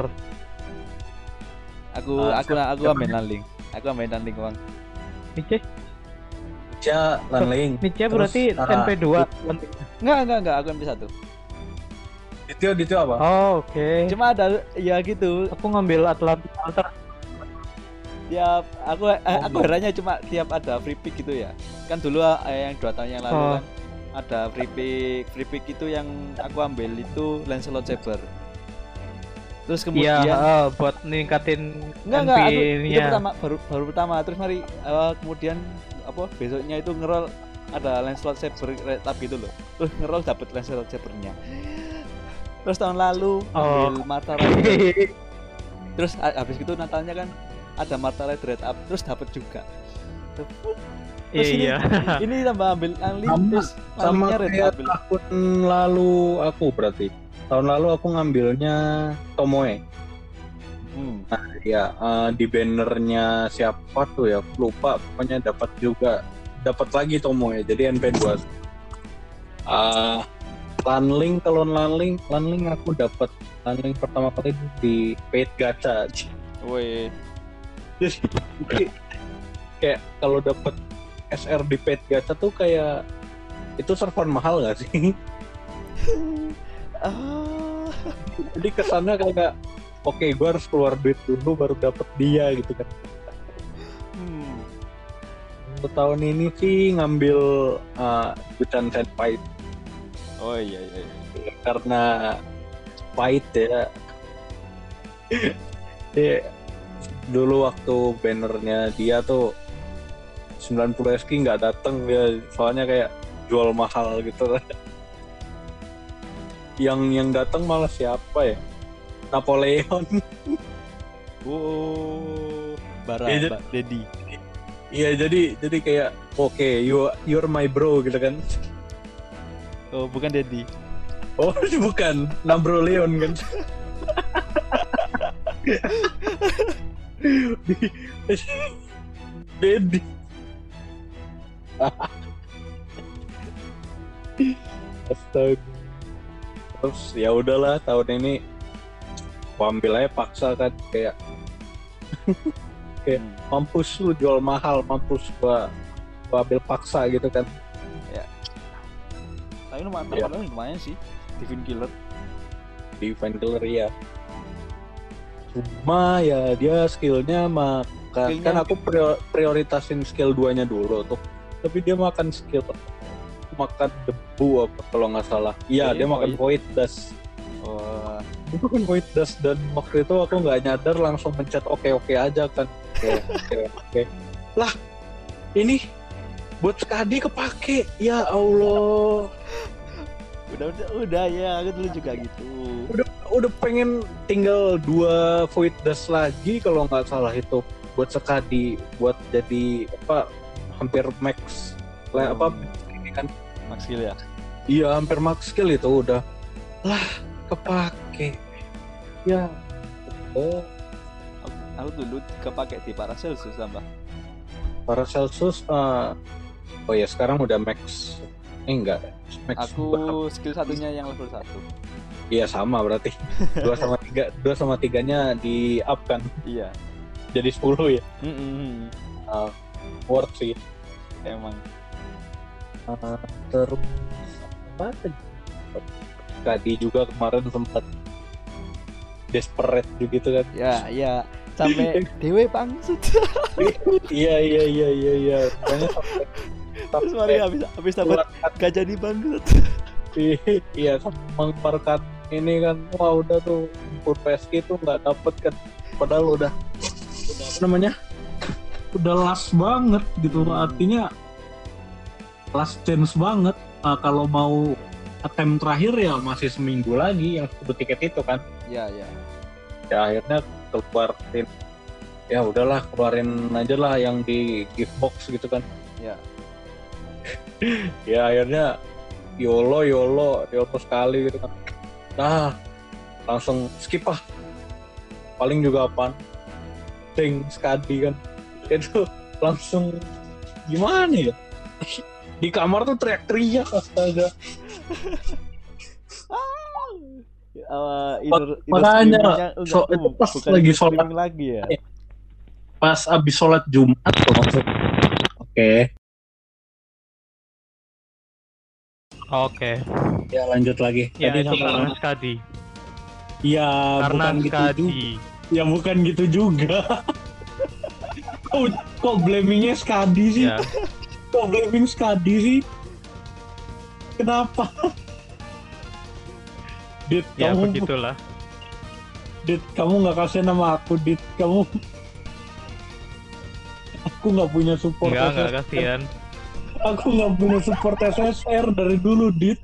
Speaker 2: aku
Speaker 3: Ah,
Speaker 2: aku aku ambil landing. Aku ambil landing bang.
Speaker 1: Niche?
Speaker 3: Ya, Lanling.
Speaker 1: Niche
Speaker 3: Terus,
Speaker 1: berarti
Speaker 3: ah,
Speaker 1: N P dua.
Speaker 2: Enggak enggak enggak aku ambil satu.
Speaker 3: Ditio Ditio apa?
Speaker 1: Oh oke.
Speaker 2: Cuma ada ya gitu.
Speaker 1: Aku ngambil Atlantic Altar.
Speaker 2: Tiap aku eh, aku herannya cuma tiap ada free pick gitu ya. Kan dulu eh, yang dua tahun yang lalu
Speaker 1: Oh.
Speaker 2: kan ada free pick free pick itu yang aku ambil itu Lancelot Saber. Terus
Speaker 1: Iya,
Speaker 2: kemudian
Speaker 1: eh, buat ningkatin
Speaker 2: enggak enggak aku, itu
Speaker 1: N P-nya.
Speaker 2: pertama baru baru pertama terus mari eh, kemudian apa besoknya itu ngerol ada Lancelot Saber tab gitu loh. Terus ngerol dapet Lancelot Sabernya. Terus tahun lalu
Speaker 1: Oh.
Speaker 2: ambil Martha Rider. Terus a- habis itu Natalnya kan ada Martha Rider Red Up terus dapet juga. Terus ini,
Speaker 1: Iya.
Speaker 2: ini tambah ambil Langling
Speaker 3: Sama-
Speaker 2: terus
Speaker 3: Sama
Speaker 2: Langlingnya Red
Speaker 3: kayak
Speaker 2: Up.
Speaker 3: tahun lalu aku berarti. Tahun lalu aku ngambilnya Tomoe.
Speaker 2: Hmm.
Speaker 3: Ya, eh, di bannernya siapa tuh ya? Aku lupa. Pokoknya dapat juga, dapat lagi Tomoe. Jadi N P dua. Ah, Lanling kalau Lanling, Lanling aku dapat Lanling pertama kali di paid gacha.
Speaker 2: Woi.
Speaker 3: Jadi kayak kalau dapat S R di paid gacha tuh kayak itu server mahal gak sih?
Speaker 2: Ah.
Speaker 3: Jadi kesannya kayak oke gue harus keluar duit dulu baru dapet dia gitu kan.
Speaker 2: Hmm.
Speaker 3: Untuk tahun ini sih ngambil uh, Buchan Senpai
Speaker 2: Oh iya iya. iya.
Speaker 3: karena pahit ya. Dia, dulu waktu bannernya dia tuh sembilan puluh S K nggak dateng dia, soalnya kayak jual mahal gitu. Yang yang datang malah siapa ya? Napoleon.
Speaker 2: Oh. Bara,
Speaker 3: Iya,
Speaker 2: Ba- Dedi.
Speaker 3: Iya jadi jadi kayak oke you you're my bro gitu kan.
Speaker 2: Oh bukan Dedi.
Speaker 3: Oh bukan Napoleon kan. Dedi. Astaga. Terus ya udahlah tahun ini aku ambil aja paksa kan kayak kayak
Speaker 2: Hmm.
Speaker 3: mampus lu jual mahal, mampus gua gua ambil paksa gitu kan.
Speaker 2: Tapi lumayan,
Speaker 3: Iya.
Speaker 2: lumayan, lumayan sih. Divine Killer.
Speaker 3: Di Divine Killer ya. Cuma ya dia skillnya makan
Speaker 2: Skillnya-
Speaker 3: kan aku prior- prioritasin skill duanya dulu tuh. Tapi dia makan skill makan debu apa kalau nggak salah. Iya,
Speaker 2: Iya,
Speaker 3: dia makan
Speaker 2: void.
Speaker 3: void dust.
Speaker 2: Wah.
Speaker 3: Dia makan void dust dan waktu itu aku nggak nyadar langsung mencet oke oke aja kan. Oke oke oke. Lah ini buat sekali kepake. Ya Allah.
Speaker 2: Udah udah udah ya, aku dulu juga gitu.
Speaker 3: Udah udah pengen tinggal dua void dust lagi kalau nggak salah itu buat sekali buat jadi apa hampir max lah apa ini kan
Speaker 2: Max skill ya.
Speaker 3: iya hampir max skill itu udah lah kepake ya oh
Speaker 2: Aku, aku dulu kepake di Paracelsus tambah.
Speaker 3: Paracelsus uh, oh ya sekarang udah max eh enggak max
Speaker 2: Aku skill satunya yang level satu.
Speaker 3: iya sama berarti dua sama tiga dua sama tiganya di up kan
Speaker 2: Iya.
Speaker 3: jadi sepuluh ya
Speaker 2: Mm-mm.
Speaker 3: uh, worth sih
Speaker 2: Emang.
Speaker 3: uh, terus apa tadi juga kemarin sempat desperate juga gitu kan
Speaker 2: Ya, ya. Sampai dewe bangsut.
Speaker 3: iya iya iya iya iya pokoknya sampai
Speaker 2: Terus mari habis habis dapat gak jadi bangsut.
Speaker 3: iya mengeluarkan ini kan wah udah tuh full P S K tuh nggak dapet kan padahal udah udah apa namanya udah last banget gitu
Speaker 2: Hmm.
Speaker 3: artinya last chance banget. Nah, kalau mau attempt terakhir ya masih seminggu lagi yang satu tiket itu kan
Speaker 2: Ya, ya.
Speaker 3: ya akhirnya keluarin ya udahlah keluarin aja lah yang di gift box gitu kan
Speaker 2: Ya.
Speaker 3: ya akhirnya YOLO YOLO YOLO sekali gitu kan nah langsung skip ah paling juga apaan ting sekali kan itu langsung gimana ya di kamar tuh teriak-teriak astaga
Speaker 2: Uh, inner, inner
Speaker 3: makanya,
Speaker 2: screaming-nya enggak
Speaker 3: so-
Speaker 2: tuh,
Speaker 3: itu pas
Speaker 2: bukan
Speaker 3: lagi
Speaker 2: inner
Speaker 3: sholat.
Speaker 2: screaming lagi ya.
Speaker 3: pas abis sholat Jumat tuh maksud oke
Speaker 1: Oke.
Speaker 3: ya lanjut lagi
Speaker 1: Ya
Speaker 3: tadi
Speaker 1: itu
Speaker 3: sama-
Speaker 1: karena Skadi.
Speaker 3: ya
Speaker 1: Karena
Speaker 3: bukan gitu juga
Speaker 1: Skadi.
Speaker 3: ya bukan gitu juga kok, kok blamingnya Skadi sih
Speaker 1: Ya.
Speaker 3: kok blaming Skadi sih kenapa Dit,
Speaker 1: Ya
Speaker 3: kamu
Speaker 1: begitulah.
Speaker 3: Dit, kamu nggak kasih nama aku, Dit. Kamu, aku nggak punya support
Speaker 1: Enggak,
Speaker 3: S S
Speaker 1: enggak
Speaker 3: R.
Speaker 1: kasihan.
Speaker 3: Aku nggak punya support S S R dari dulu, Dit.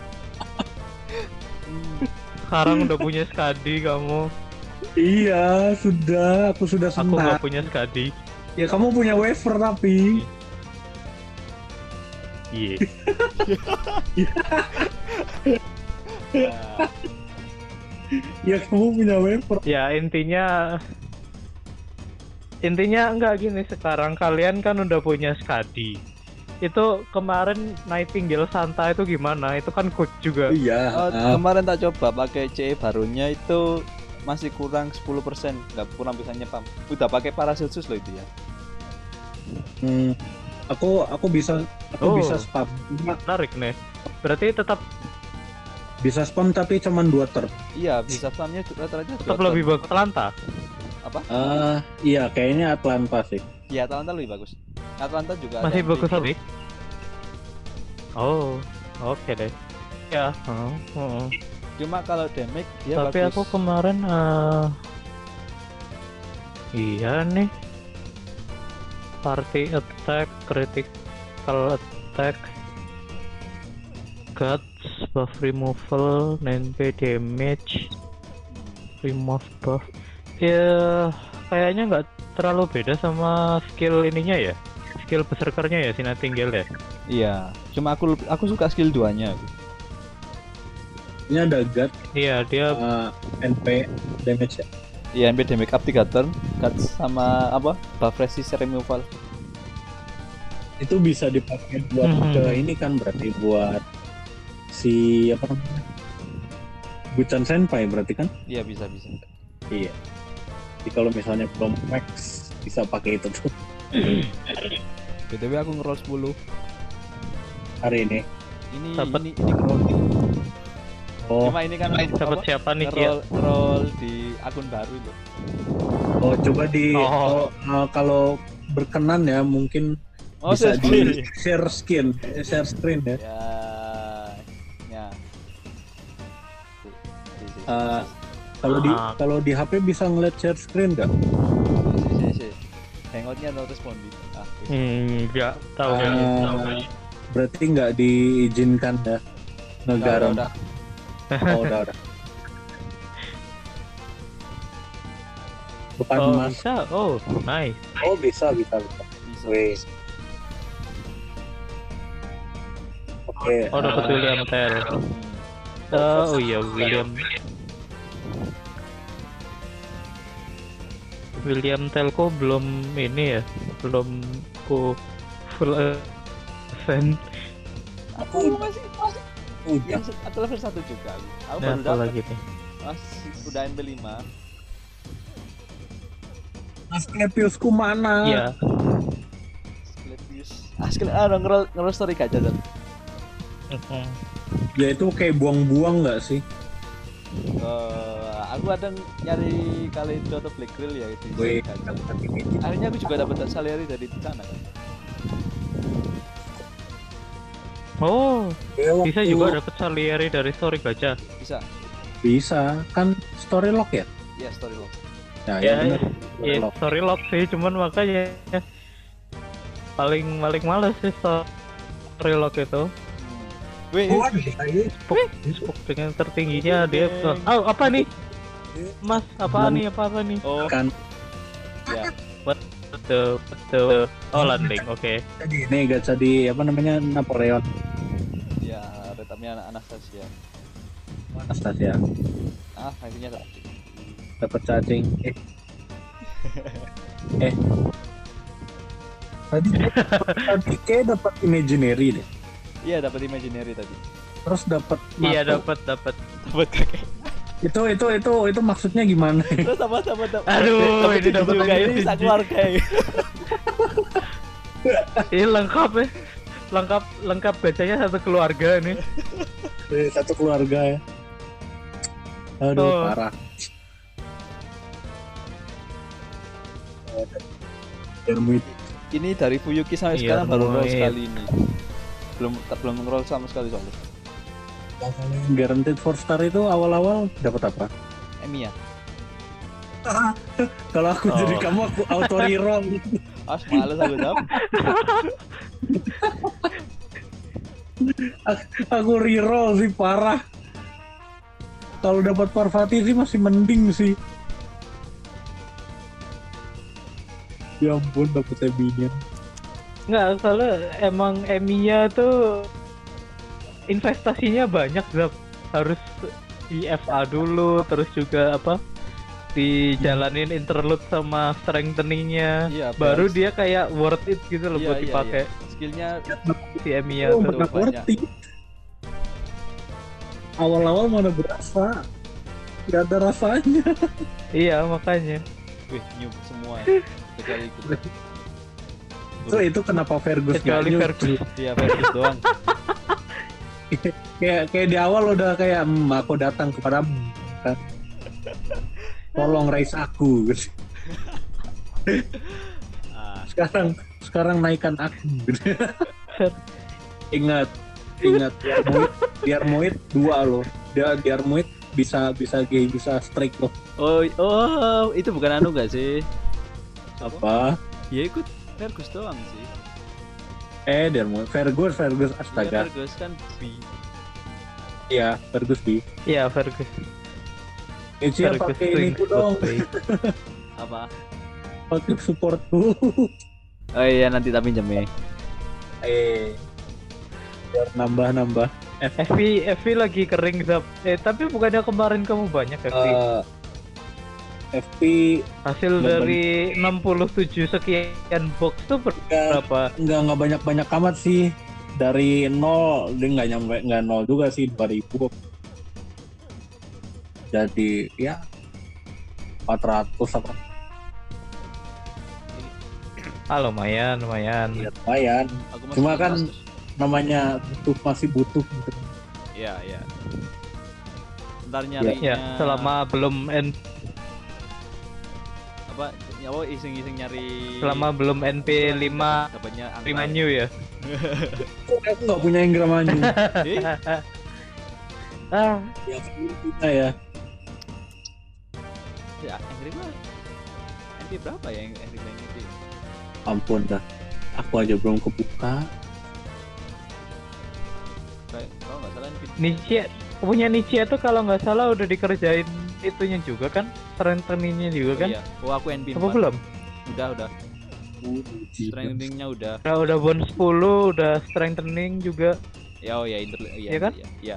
Speaker 1: Sekarang udah punya Skadi kamu.
Speaker 3: Iya, sudah. Aku sudah
Speaker 1: Aku
Speaker 3: senang.
Speaker 1: nggak punya Skadi.
Speaker 3: Ya, kamu punya wafer tapi.
Speaker 1: Iya.
Speaker 2: Nah,
Speaker 3: Ya, kamu punya wafer.
Speaker 1: Ya intinya intinya enggak gini, sekarang kalian kan udah punya Skadi. Itu kemarin Nightingale Santa itu gimana? Itu kan coach juga.
Speaker 3: Iya.
Speaker 2: oh,
Speaker 3: ah.
Speaker 2: kemarin tak coba pakai C E barunya itu masih kurang sepuluh persen, nggak kurang bisa nyepam. Udah pakai Paracelsus loh itu ya.
Speaker 3: Hmm, aku aku bisa aku
Speaker 1: Oh.
Speaker 3: bisa spam. Cuma
Speaker 1: Menarik nih. Berarti tetap
Speaker 3: bisa spam tapi cuma dua turn.
Speaker 2: Iya, bisa spamnya rata-rata
Speaker 1: tetap
Speaker 2: dua
Speaker 1: lebih
Speaker 2: ton.
Speaker 1: bagus Atlanta.
Speaker 2: Apa?
Speaker 3: Ah, iya kayaknya Atlanta sih.
Speaker 2: Iya, Atlanta lebih bagus. Atlanta juga
Speaker 1: Masih
Speaker 2: ada
Speaker 1: bagus
Speaker 2: Nightingale.
Speaker 1: lebih. Oh, oke deh. Ya, oh, oh.
Speaker 2: Cuma kalau damage dia
Speaker 1: Tapi
Speaker 2: bagus.
Speaker 1: aku kemarin eh, iya nih. Party attack, critical attack, guts, buff removal, nine P damage, remove buff. Ya, kayaknya nggak terlalu beda sama skill ininya ya. Skill berserkernya ya si Nightingale ya.
Speaker 2: Iya, cuma aku aku suka skill duanya.
Speaker 3: Ini ada gut,
Speaker 1: Iya, dia
Speaker 3: uh, N P damage ya.
Speaker 2: Iya, N P damage up tiga turn, guts sama apa? Buff resist removal.
Speaker 3: Itu bisa dipakai buat
Speaker 1: Hmm.
Speaker 3: ke ini kan berarti buat si apa namanya? Buchan Senpai berarti kan?
Speaker 2: Iya, bisa bisa.
Speaker 3: Iya. Jadi kalau misalnya belum max bisa pakai itu tuh
Speaker 2: B T W aku ngeroll sepuluh.
Speaker 3: hari ini.
Speaker 2: Ini
Speaker 1: Dapet.
Speaker 2: ini ini ngeroll.
Speaker 3: Oh,
Speaker 2: Cuma ini kan
Speaker 1: dapat
Speaker 2: apa?
Speaker 1: siapa nih Kia?
Speaker 2: Ngeroll ngeroll di akun baru itu.
Speaker 3: oh coba di
Speaker 1: Oh.
Speaker 3: oh, uh, kalau berkenan ya mungkin
Speaker 2: Oh,
Speaker 3: bisa
Speaker 2: saya
Speaker 3: di share skin, eh, share screen ya.
Speaker 2: Ya. Ya. Si, si, si,
Speaker 3: Uh, Kalau di
Speaker 1: Ah.
Speaker 3: kalau di H P bisa ngeliat share screen nggak?
Speaker 2: si, si, si. hangoutnya no respon di. Ah, wis.
Speaker 1: Hmm, nggak tahu
Speaker 3: Ah.
Speaker 1: ya.
Speaker 3: Berarti nggak diizinkan ya negara.
Speaker 2: Udah, udah.
Speaker 3: Oh, udah udah. Bukan
Speaker 1: Oh
Speaker 3: mas.
Speaker 1: bisa, oh nice.
Speaker 3: Oh bisa bisa bisa.
Speaker 2: Bisa.
Speaker 3: Wih. Oke.
Speaker 1: Oh dapat
Speaker 3: ah,
Speaker 1: William Tell.
Speaker 2: Hmm.
Speaker 1: Eh, oh iya William. William Tell kok belum ini ya, belum ku full event.
Speaker 2: Aku masih masih
Speaker 3: udah.
Speaker 2: yang se- atau level satu juga. Aku, aku
Speaker 1: Nah,
Speaker 2: baru
Speaker 1: apa
Speaker 2: dapat.
Speaker 1: lagi nih?
Speaker 2: Masih udah M P lima.
Speaker 3: Asklepiusku mana?
Speaker 1: Iya.
Speaker 2: Skelepius. Ah, skele ah ngerol ngerol story kaca dan.
Speaker 1: Mhm.
Speaker 3: Ya itu kayak buang-buang nggak sih?
Speaker 2: Eh, aku ada nyari kali itu atau Black Grill ya itu.
Speaker 3: Wih.
Speaker 2: Kaca. Akhirnya aku juga dapat salary dari sana kan.
Speaker 1: Oh,
Speaker 3: Ya,
Speaker 1: bisa
Speaker 3: waktu-
Speaker 1: juga dapat Salieri dari story gacha.
Speaker 2: Bisa.
Speaker 3: Bisa kan story lock ya?
Speaker 2: Iya, story log.
Speaker 3: Nah,
Speaker 1: Ya,
Speaker 3: ya, benar.
Speaker 1: Ya,
Speaker 3: Lock.
Speaker 1: story lock sih, cuman makanya paling paling males sih story lock itu.
Speaker 2: Hmm. Wih,
Speaker 3: Oh, ada ya.
Speaker 1: Spook, spook dengan tertingginya dia. Oh, apa nih? Mas, apa
Speaker 3: Dan-
Speaker 1: nih? Apa apa nih?
Speaker 2: oh,
Speaker 3: Kan
Speaker 2: ya.
Speaker 1: Betul, betul. Oh, landing. Oke.
Speaker 3: tadi nih gacha di apa namanya Napoleon
Speaker 2: Ya, retapnya anak Anastasia.
Speaker 3: Anastasia
Speaker 2: Ah, akhirnya tak.
Speaker 3: dapat cacing. Eh. eh. Tadi tadi kayak dapat imaginary deh.
Speaker 2: Iya, dapat imaginary tadi.
Speaker 3: Terus dapat
Speaker 1: Iya,
Speaker 3: matu.
Speaker 1: dapat dapat.
Speaker 2: Dapat kakek.
Speaker 3: Itu itu itu itu maksudnya gimana?
Speaker 2: Terus dapat dapat dapat.
Speaker 1: Aduh, ini dapat
Speaker 2: juga
Speaker 1: lagi.
Speaker 2: ini sak keluarga ya.
Speaker 1: Ini lengkap ya. Lengkap lengkap gacanya satu keluarga nih.
Speaker 3: Dari satu keluarga ya. Aduh,
Speaker 1: Oh.
Speaker 3: parah. Dermuit.
Speaker 2: Ini dari Fuyuki sampai
Speaker 1: Iya,
Speaker 2: sekarang baru roll
Speaker 1: Moit.
Speaker 2: sekali ini. Belum tak belum roll sama sekali soalnya.
Speaker 3: Guaranteed four star itu awal-awal dapat apa?
Speaker 2: Emiya.
Speaker 3: Kalau aku
Speaker 1: Oh.
Speaker 3: jadi kamu aku auto reroll.
Speaker 2: Ah, males aku dap.
Speaker 3: Aku reroll sih parah. Kalau dapat Parvati sih masih mending sih. Ya ampun dapat Eminya.
Speaker 1: Nggak, soalnya emang Emiya tuh investasinya banyak, Zap. Harus di F A dulu, terus juga apa? Dijalanin interlude sama strengtheningnya.
Speaker 2: Iya,
Speaker 1: Baru
Speaker 2: beres.
Speaker 1: dia kayak worth it gitu loh
Speaker 2: Iya,
Speaker 1: buat
Speaker 2: iya,
Speaker 1: dipakai
Speaker 2: Skillnya
Speaker 1: si Emiya
Speaker 3: Oh,
Speaker 1: tuh.
Speaker 3: mana
Speaker 2: banyak.
Speaker 3: ngerti. Awal-awal mana berasa. Gak ada rasanya.
Speaker 1: Iya, makanya.
Speaker 2: wih new semua. Kecuali ikut.
Speaker 3: So itu kenapa Fergus gak
Speaker 1: Kecuali
Speaker 3: nyusul?
Speaker 1: Fergus.
Speaker 2: Iya, Fergus doang.
Speaker 3: Kayak kayak di awal udah kayak hmm, aku datang kepadamu kan. Tolong raise aku.
Speaker 2: Ah,
Speaker 3: Sekarang sekarang naikkan aku. Ingat ingat biar Moit biar Moit dua loh. Dia biar Moit bisa bisa gay bisa strike loh.
Speaker 2: oh, oh, itu bukan anu gak sih?
Speaker 3: Apa?
Speaker 2: Ya ikut Fergus doang sih.
Speaker 3: Eh, biar Moit Fergus Fergus
Speaker 2: Iya,
Speaker 3: astaga.
Speaker 2: Fergus kan B.
Speaker 3: Iya, Fergus di.
Speaker 1: Iya, Fergus.
Speaker 3: Ichi
Speaker 1: Fergus
Speaker 3: pakai ini
Speaker 1: Spring
Speaker 3: dong,
Speaker 1: Spotlight.
Speaker 2: Apa?
Speaker 3: pakai supportku.
Speaker 2: Oh iya, nanti tak pinjam ya.
Speaker 3: eh, biar nambah-nambah.
Speaker 1: F V F V lagi kering, Zap. Eh, tapi bukannya kemarin kamu banyak F V?
Speaker 3: Eh, F P
Speaker 1: Hasil
Speaker 3: nggak
Speaker 1: dari enam puluh tujuh sekian box tuh ber-
Speaker 3: nggak
Speaker 1: berapa?
Speaker 3: nggak nggak banyak-banyak amat sih. Dari nol dia nggak nyampe nggak nol juga sih dua ribu. Jadi ya empat ratus apa
Speaker 1: Ah, lumayan, lumayan.
Speaker 3: ya lumayan.
Speaker 2: Aku masih
Speaker 3: Cuma kan
Speaker 2: seratus.
Speaker 3: namanya butuh masih butuh gitu.
Speaker 2: Iya, iya. Ntar nyarinya
Speaker 1: Ya, selama belum N
Speaker 2: apa nyawa iseng-iseng nyari
Speaker 1: selama belum N P lima
Speaker 2: dapatnya angka.
Speaker 1: lima new ya.
Speaker 3: Aku nggak punya Ingram Anju.
Speaker 2: Eh,
Speaker 1: Ah,
Speaker 3: Ya kita ya.
Speaker 2: ya Angry mah N P berapa ya yang Angry Blank itu?
Speaker 3: Ampun dah. Aku aja belum kebuka.
Speaker 2: Kayak kalau nggak salah Nvidia.
Speaker 1: Nichia punya Nichia tuh kalau nggak salah udah dikerjain itunya juga kan, strengtheningnya juga
Speaker 2: Oh,
Speaker 1: kan?
Speaker 2: iya. Oh aku N P
Speaker 1: Apa
Speaker 2: empat.
Speaker 1: belum?
Speaker 2: Udah udah.
Speaker 3: Uh,
Speaker 2: Strengthening-nya udah.
Speaker 1: Udah udah bone sepuluh, udah strengthening juga.
Speaker 2: Ya oh ya inter iya
Speaker 1: Iya kan?
Speaker 2: Iya. Iya.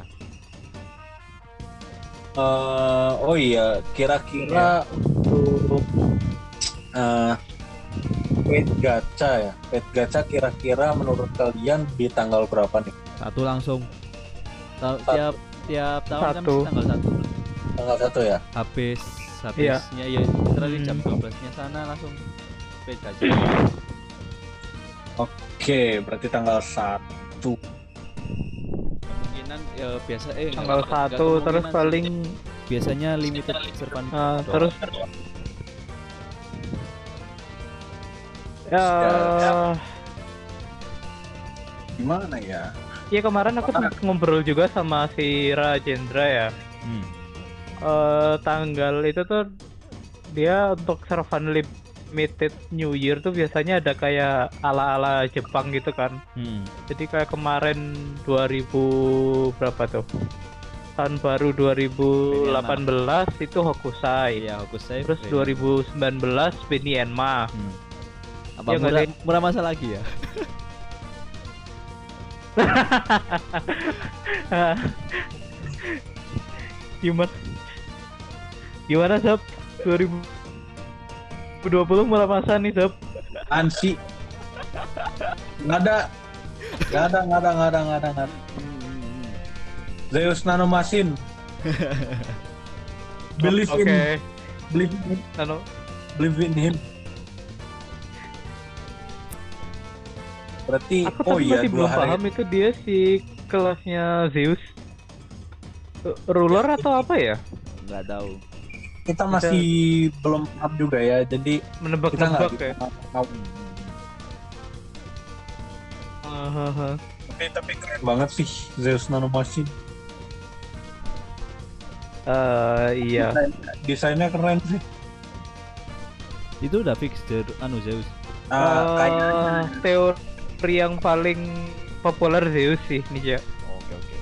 Speaker 3: Eh, oh iya, kira-kira untuk eh pet gacha ya, pet gacha kira-kira menurut kalian di tanggal berapa nih?
Speaker 2: Satu langsung. Ta-
Speaker 3: Satu.
Speaker 2: tiap tiap tahun kan
Speaker 1: Satu.
Speaker 2: mesti tanggal satu.
Speaker 3: Tanggal satu ya?
Speaker 2: Habis
Speaker 1: Iya.
Speaker 2: habisnya ya literally jam
Speaker 1: Hmm.
Speaker 2: dua belas-nya sana langsung pet gacha.
Speaker 3: Oke, berarti tanggal satu.
Speaker 2: Kemungkinan ya biasa eh nggak-
Speaker 1: Tanggal
Speaker 2: nggak- nggak
Speaker 1: satu terus
Speaker 2: kemungkinan
Speaker 1: paling
Speaker 2: sih. Biasanya limited servan
Speaker 1: uh, terus ya
Speaker 3: Gimana ya?
Speaker 1: ya kemarin aku sempat ngobrol juga sama si Rajendra ya.
Speaker 2: hmm.
Speaker 1: Eh, tanggal itu tuh dia untuk servan limited New Year tuh biasanya ada kayak ala-ala Jepang gitu kan.
Speaker 2: Hmm.
Speaker 1: Jadi kayak kemarin dua ribu berapa tuh? Tahun baru dua ribu delapan belas itu Hokusai.
Speaker 2: Iya, aku save.
Speaker 1: Terus dua ribu sembilan belas Benny Enma.
Speaker 2: Hmm. Apa
Speaker 1: Iya, nggak
Speaker 2: murah,
Speaker 1: sih?
Speaker 2: murah masa lagi ya?
Speaker 1: Gimana? Gimana Sob? dua ribu dua puluh mulai masa nih Sob?
Speaker 3: Ansi. Nggak ada. Nggak ada, nggak ada, nggak ada, nggak ada, nggak ada. Zeus Nano Machine. Believe
Speaker 1: Oke.
Speaker 3: in, believe in,
Speaker 1: Anu,
Speaker 3: believe in him. Berarti,
Speaker 1: aku
Speaker 3: oh
Speaker 1: tapi
Speaker 3: iya
Speaker 1: masih
Speaker 3: dua
Speaker 1: belum
Speaker 3: hari.
Speaker 1: paham itu dia si kelasnya Zeus. R- Ruler atau apa ya?
Speaker 2: Nggak tahu.
Speaker 3: Kita masih belum paham juga ya. Jadi kita nggak
Speaker 1: Menebak-nebak
Speaker 3: bisa
Speaker 1: ya.
Speaker 3: tahu.
Speaker 1: Hahaha.
Speaker 3: Tapi tapi keren banget sih Zeus Nano Machine.
Speaker 1: Eh, iya.
Speaker 3: Desain- Desainnya keren sih.
Speaker 2: Itu udah fix dari anu Zeus.
Speaker 3: Ah, kayak
Speaker 1: Eh, teori yang paling populer Zeus sih nih ya.
Speaker 2: Oke oke.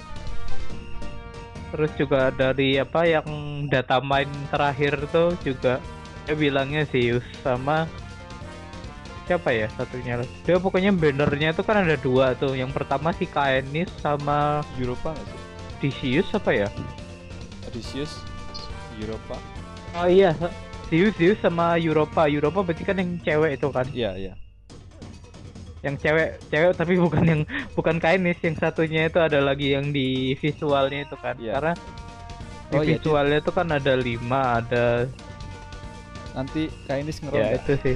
Speaker 1: Terus juga dari apa yang data mine terakhir tuh juga dia bilangnya Zeus sama siapa ya satunya? Dia pokoknya bannernya tuh kan ada dua tuh. Yang pertama si Caenis sama
Speaker 2: Europa nggak sih?
Speaker 1: Odysseus apa ya?
Speaker 2: Odysseus, Europa.
Speaker 1: Oh iya, Zeus Zeus sama Europa. Europa berarti kan yang cewek itu kan.
Speaker 2: Iya iya.
Speaker 1: Yang cewek cewek tapi bukan yang bukan Caenis, yang satunya itu ada lagi yang di visualnya itu kan.
Speaker 2: Iya.
Speaker 1: Karena di
Speaker 2: Oh, iya,
Speaker 1: visualnya itu kan ada lima, ada
Speaker 2: Nanti Kainis ngerol.
Speaker 1: ya
Speaker 2: nggak?
Speaker 1: itu sih.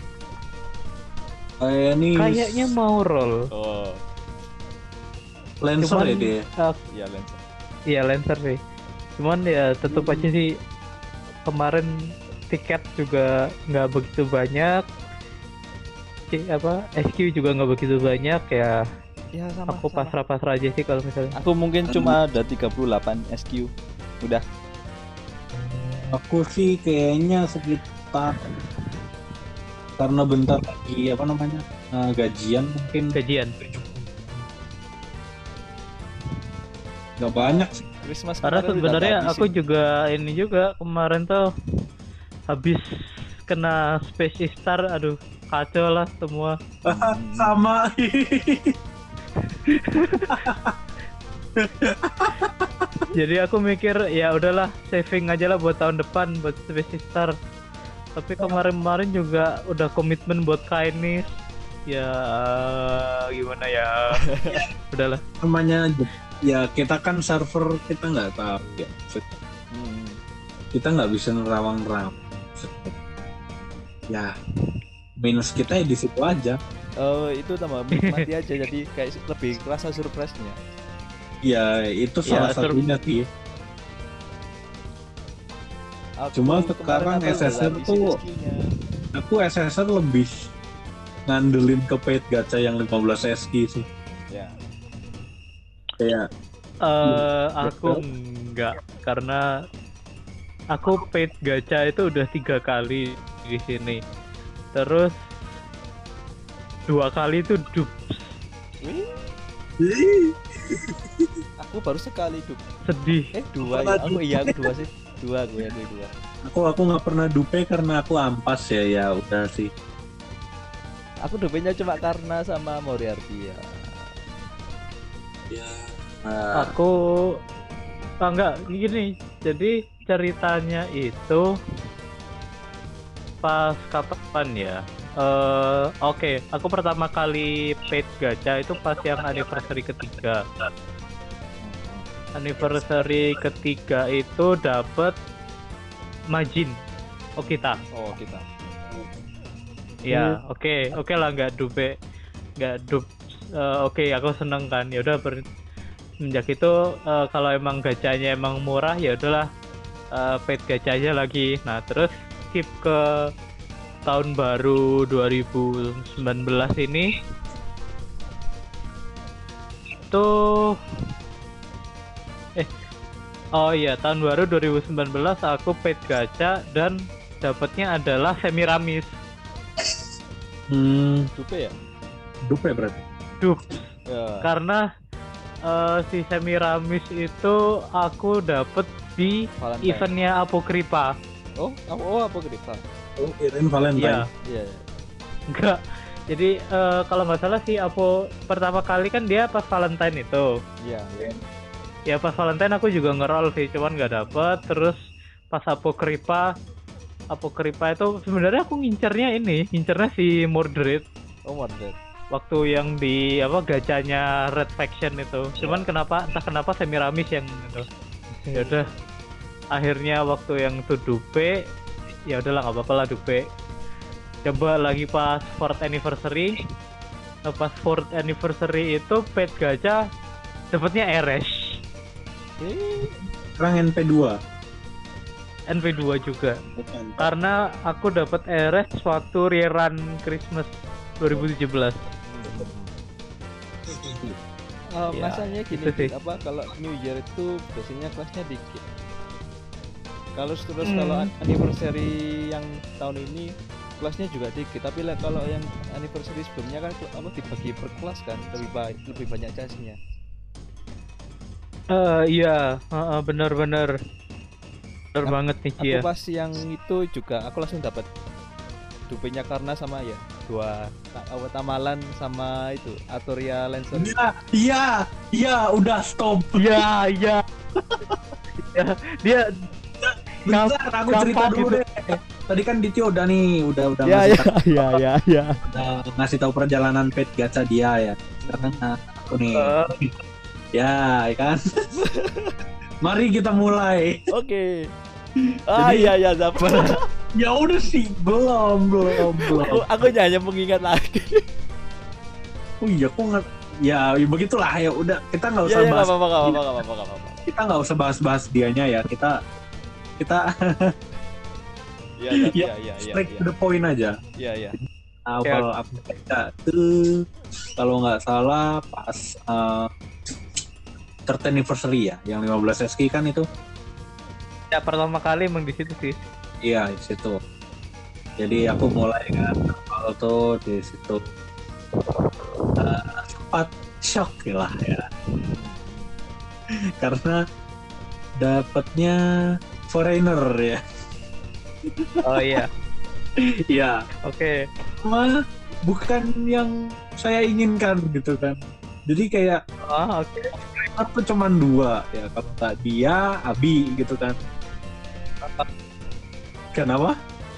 Speaker 3: kayak ini
Speaker 1: Kayaknya mau roll.
Speaker 2: Oh
Speaker 3: Lancer
Speaker 1: Cuman
Speaker 3: ya dia.
Speaker 1: uh,
Speaker 2: iya Lancer.
Speaker 1: iya Lancer sih. Cuman ya tetap aja sih kemarin tiket juga nggak begitu banyak. Ki- apa S Q juga nggak begitu banyak ya.
Speaker 2: Ya sama.
Speaker 1: Aku
Speaker 2: sama.
Speaker 1: pasrah-pasrah aja sih kalau misalnya.
Speaker 2: Aku mungkin cuma ada tiga puluh delapan S Q. Udah.
Speaker 3: Aku sih kayaknya sekitar karena bentar lagi apa namanya eh, gajian mungkin
Speaker 1: Gajian.
Speaker 3: nggak banyak sih.
Speaker 2: Christmas
Speaker 1: Karena
Speaker 2: kemarin udah
Speaker 1: sebenarnya
Speaker 2: kehabisin.
Speaker 1: aku juga ini juga kemarin tuh habis kena Space Star, aduh kacau lah semua.
Speaker 2: Hmm.
Speaker 3: Sama.
Speaker 1: Jadi aku mikir ya udahlah saving aja lah buat tahun depan buat Space Star. Tapi kemarin-kemarin juga udah komitmen buat Kainis. Ya gimana ya? Udahlah.
Speaker 3: Namanya ya kita kan server kita nggak tahu ya.
Speaker 2: Hmm.
Speaker 3: Kita nggak bisa nerawang-nerawang. Ya minus kita ya di situ aja.
Speaker 2: Oh itu tambah menikmati aja jadi kayak lebih kerasa surprise-nya.
Speaker 3: Ya itu salah
Speaker 1: Ya, sur-
Speaker 3: satunya sih.
Speaker 2: Aku
Speaker 3: Cuma
Speaker 2: kemarin
Speaker 3: sekarang
Speaker 2: apa
Speaker 3: S S R
Speaker 2: udah habisin
Speaker 3: tuh-
Speaker 2: skill-nya.
Speaker 3: Aku S S R lebih ngandelin ke paid gacha yang lima belas S K sih.
Speaker 2: Ya.
Speaker 3: Kayak
Speaker 1: Eh aku enggak karena aku paid gacha itu udah tiga kali di sini. Terus dua kali itu dup.
Speaker 2: Wih, aku baru sekali dup.
Speaker 1: Sedih.
Speaker 2: Eh dua ya, aku iya aku dua sih. Dua gue aku dua.
Speaker 3: Aku aku nggak pernah dupe karena aku ampas ya ya udah sih.
Speaker 2: Aku dupenya cuma karena sama Moriarty ya.
Speaker 3: Ya. Uh,
Speaker 1: Aku ah, enggak gini. Jadi ceritanya itu pas kapan ya? Eh, Oke, aku pertama kali paid gacha itu pas yang anniversary ketiga. Anniversary ketiga itu dapat Majin. Oh kita.
Speaker 2: Oh kita.
Speaker 1: Ya, oke, oke lah nggak dupe, nggak dup. Eh, oke, aku seneng kan. Ya udah ber semenjak itu eh, kalau emang gacanya emang murah ya udahlah eh, paid gacha aja lagi. Nah terus skip ke tahun baru dua ribu sembilan belas ini tuh eh oh iya tahun baru dua ribu sembilan belas aku paid gacha dan dapatnya adalah Semiramis.
Speaker 3: hmm,
Speaker 2: Dupe ya?
Speaker 3: dupe berarti.
Speaker 1: Dup.
Speaker 2: Ya.
Speaker 1: Karena uh, si Semiramis itu aku dapet di
Speaker 2: Valentine.
Speaker 1: eventnya Apokrypha.
Speaker 2: Oh, apa oh apa Gripa?
Speaker 3: Oh, kirain Valentine.
Speaker 1: Iya,
Speaker 2: Iya. Ya.
Speaker 1: enggak. Jadi uh, kalau nggak salah si Apo pertama kali kan dia pas Valentine itu.
Speaker 2: Iya. Ya.
Speaker 1: Ya pas Valentine aku juga nge-roll sih, cuman nggak dapet. Terus pas Apokrypha, Apokrypha itu sebenarnya aku ngincernya ini, ngincernya si Mordred.
Speaker 2: Oh, Mordred.
Speaker 1: Waktu yang di apa gacanya Red Faction itu. Cuman kenapa entah kenapa Semiramis yang itu. Ya udah. Akhirnya waktu yang itu dupe, ya udahlah nggak apa-apa lah dupe. Coba lagi pas fourth anniversary. Nah, pas fourth anniversary itu paid gacha dapatnya Eresh.
Speaker 2: Eh,
Speaker 3: Sekarang N P dua.
Speaker 1: N P dua juga. Karena aku dapat Eresh waktu rerun Christmas dua ribu tujuh belas.
Speaker 2: Uh,
Speaker 1: Ya,
Speaker 2: masanya gini,
Speaker 1: itu sih.
Speaker 2: apa kalau New Year itu biasanya kelasnya dikit. Kalau terus
Speaker 1: Hmm.
Speaker 2: kalau anniversary yang tahun ini kelasnya juga dikit, tapi lah kalau yang anniversary sebelumnya kan apa dibagi per kelas kan lebih baik lebih banyak chance-nya.
Speaker 1: Eh iya, uh, bener-bener bener
Speaker 2: Aku-
Speaker 1: banget nih
Speaker 2: Aku
Speaker 1: Cia.
Speaker 2: pas yang itu juga aku langsung dapat dupenya karena sama ya dua ta- apa, Tamalan sama itu Arturia Lancer.
Speaker 3: Iya, iya, iya, udah stop.
Speaker 1: Iya, iya. Ya, dia
Speaker 3: Bentar, aku
Speaker 1: gampang
Speaker 3: cerita dulu
Speaker 1: gitu.
Speaker 3: deh. Tadi kan Ditio udah nih, udah udah
Speaker 2: Ya
Speaker 3: ngasih
Speaker 2: ya
Speaker 3: tahu,
Speaker 2: ya ya ya.
Speaker 3: udah ngasih tahu perjalanan paid gacha dia ya. Sekarang aku nih,
Speaker 1: Eh,
Speaker 3: ya, ya kan. Mari kita mulai.
Speaker 2: Oke. Ah
Speaker 3: Jadi-
Speaker 2: iya ya Zap.
Speaker 3: Ya udah sih, belum, belum, belum.
Speaker 2: aku aku hanya mengingat lagi.
Speaker 3: Oh iya, aku nggak. Ya, ya begitulah ya. Udah, kita nggak
Speaker 2: Iya
Speaker 3: usah
Speaker 2: ya nggak
Speaker 3: bahas.
Speaker 2: apa-apa nggak apa-apa nggak apa-apa nggak apa-apa.
Speaker 3: Kita nggak usah bahas-bahas dianya ya. Kita, kita
Speaker 2: Iya Zap,
Speaker 3: Ya,
Speaker 2: iya iya iya
Speaker 3: straight
Speaker 2: iya.
Speaker 3: to the point aja.
Speaker 2: Iya iya.
Speaker 3: Awal aku baca tuh, kalau nggak salah pas uh, third anniversary ya, yang lima belas S K kan itu.
Speaker 1: ya pertama kali emang di situ sih.
Speaker 3: Iya, di situ. Jadi aku mulai kan awal tuh di situ. Uh, sempat shock lah ya. Karena dapatnya foreigner ya.
Speaker 1: Oh iya.
Speaker 3: Iya,
Speaker 1: Oke.
Speaker 3: cuma bukan yang saya inginkan gitu kan. Jadi kayak
Speaker 1: Ah, oke.
Speaker 3: tuh cuman dua ya, kalau nggak dia, Abi gitu kan. Kenapa?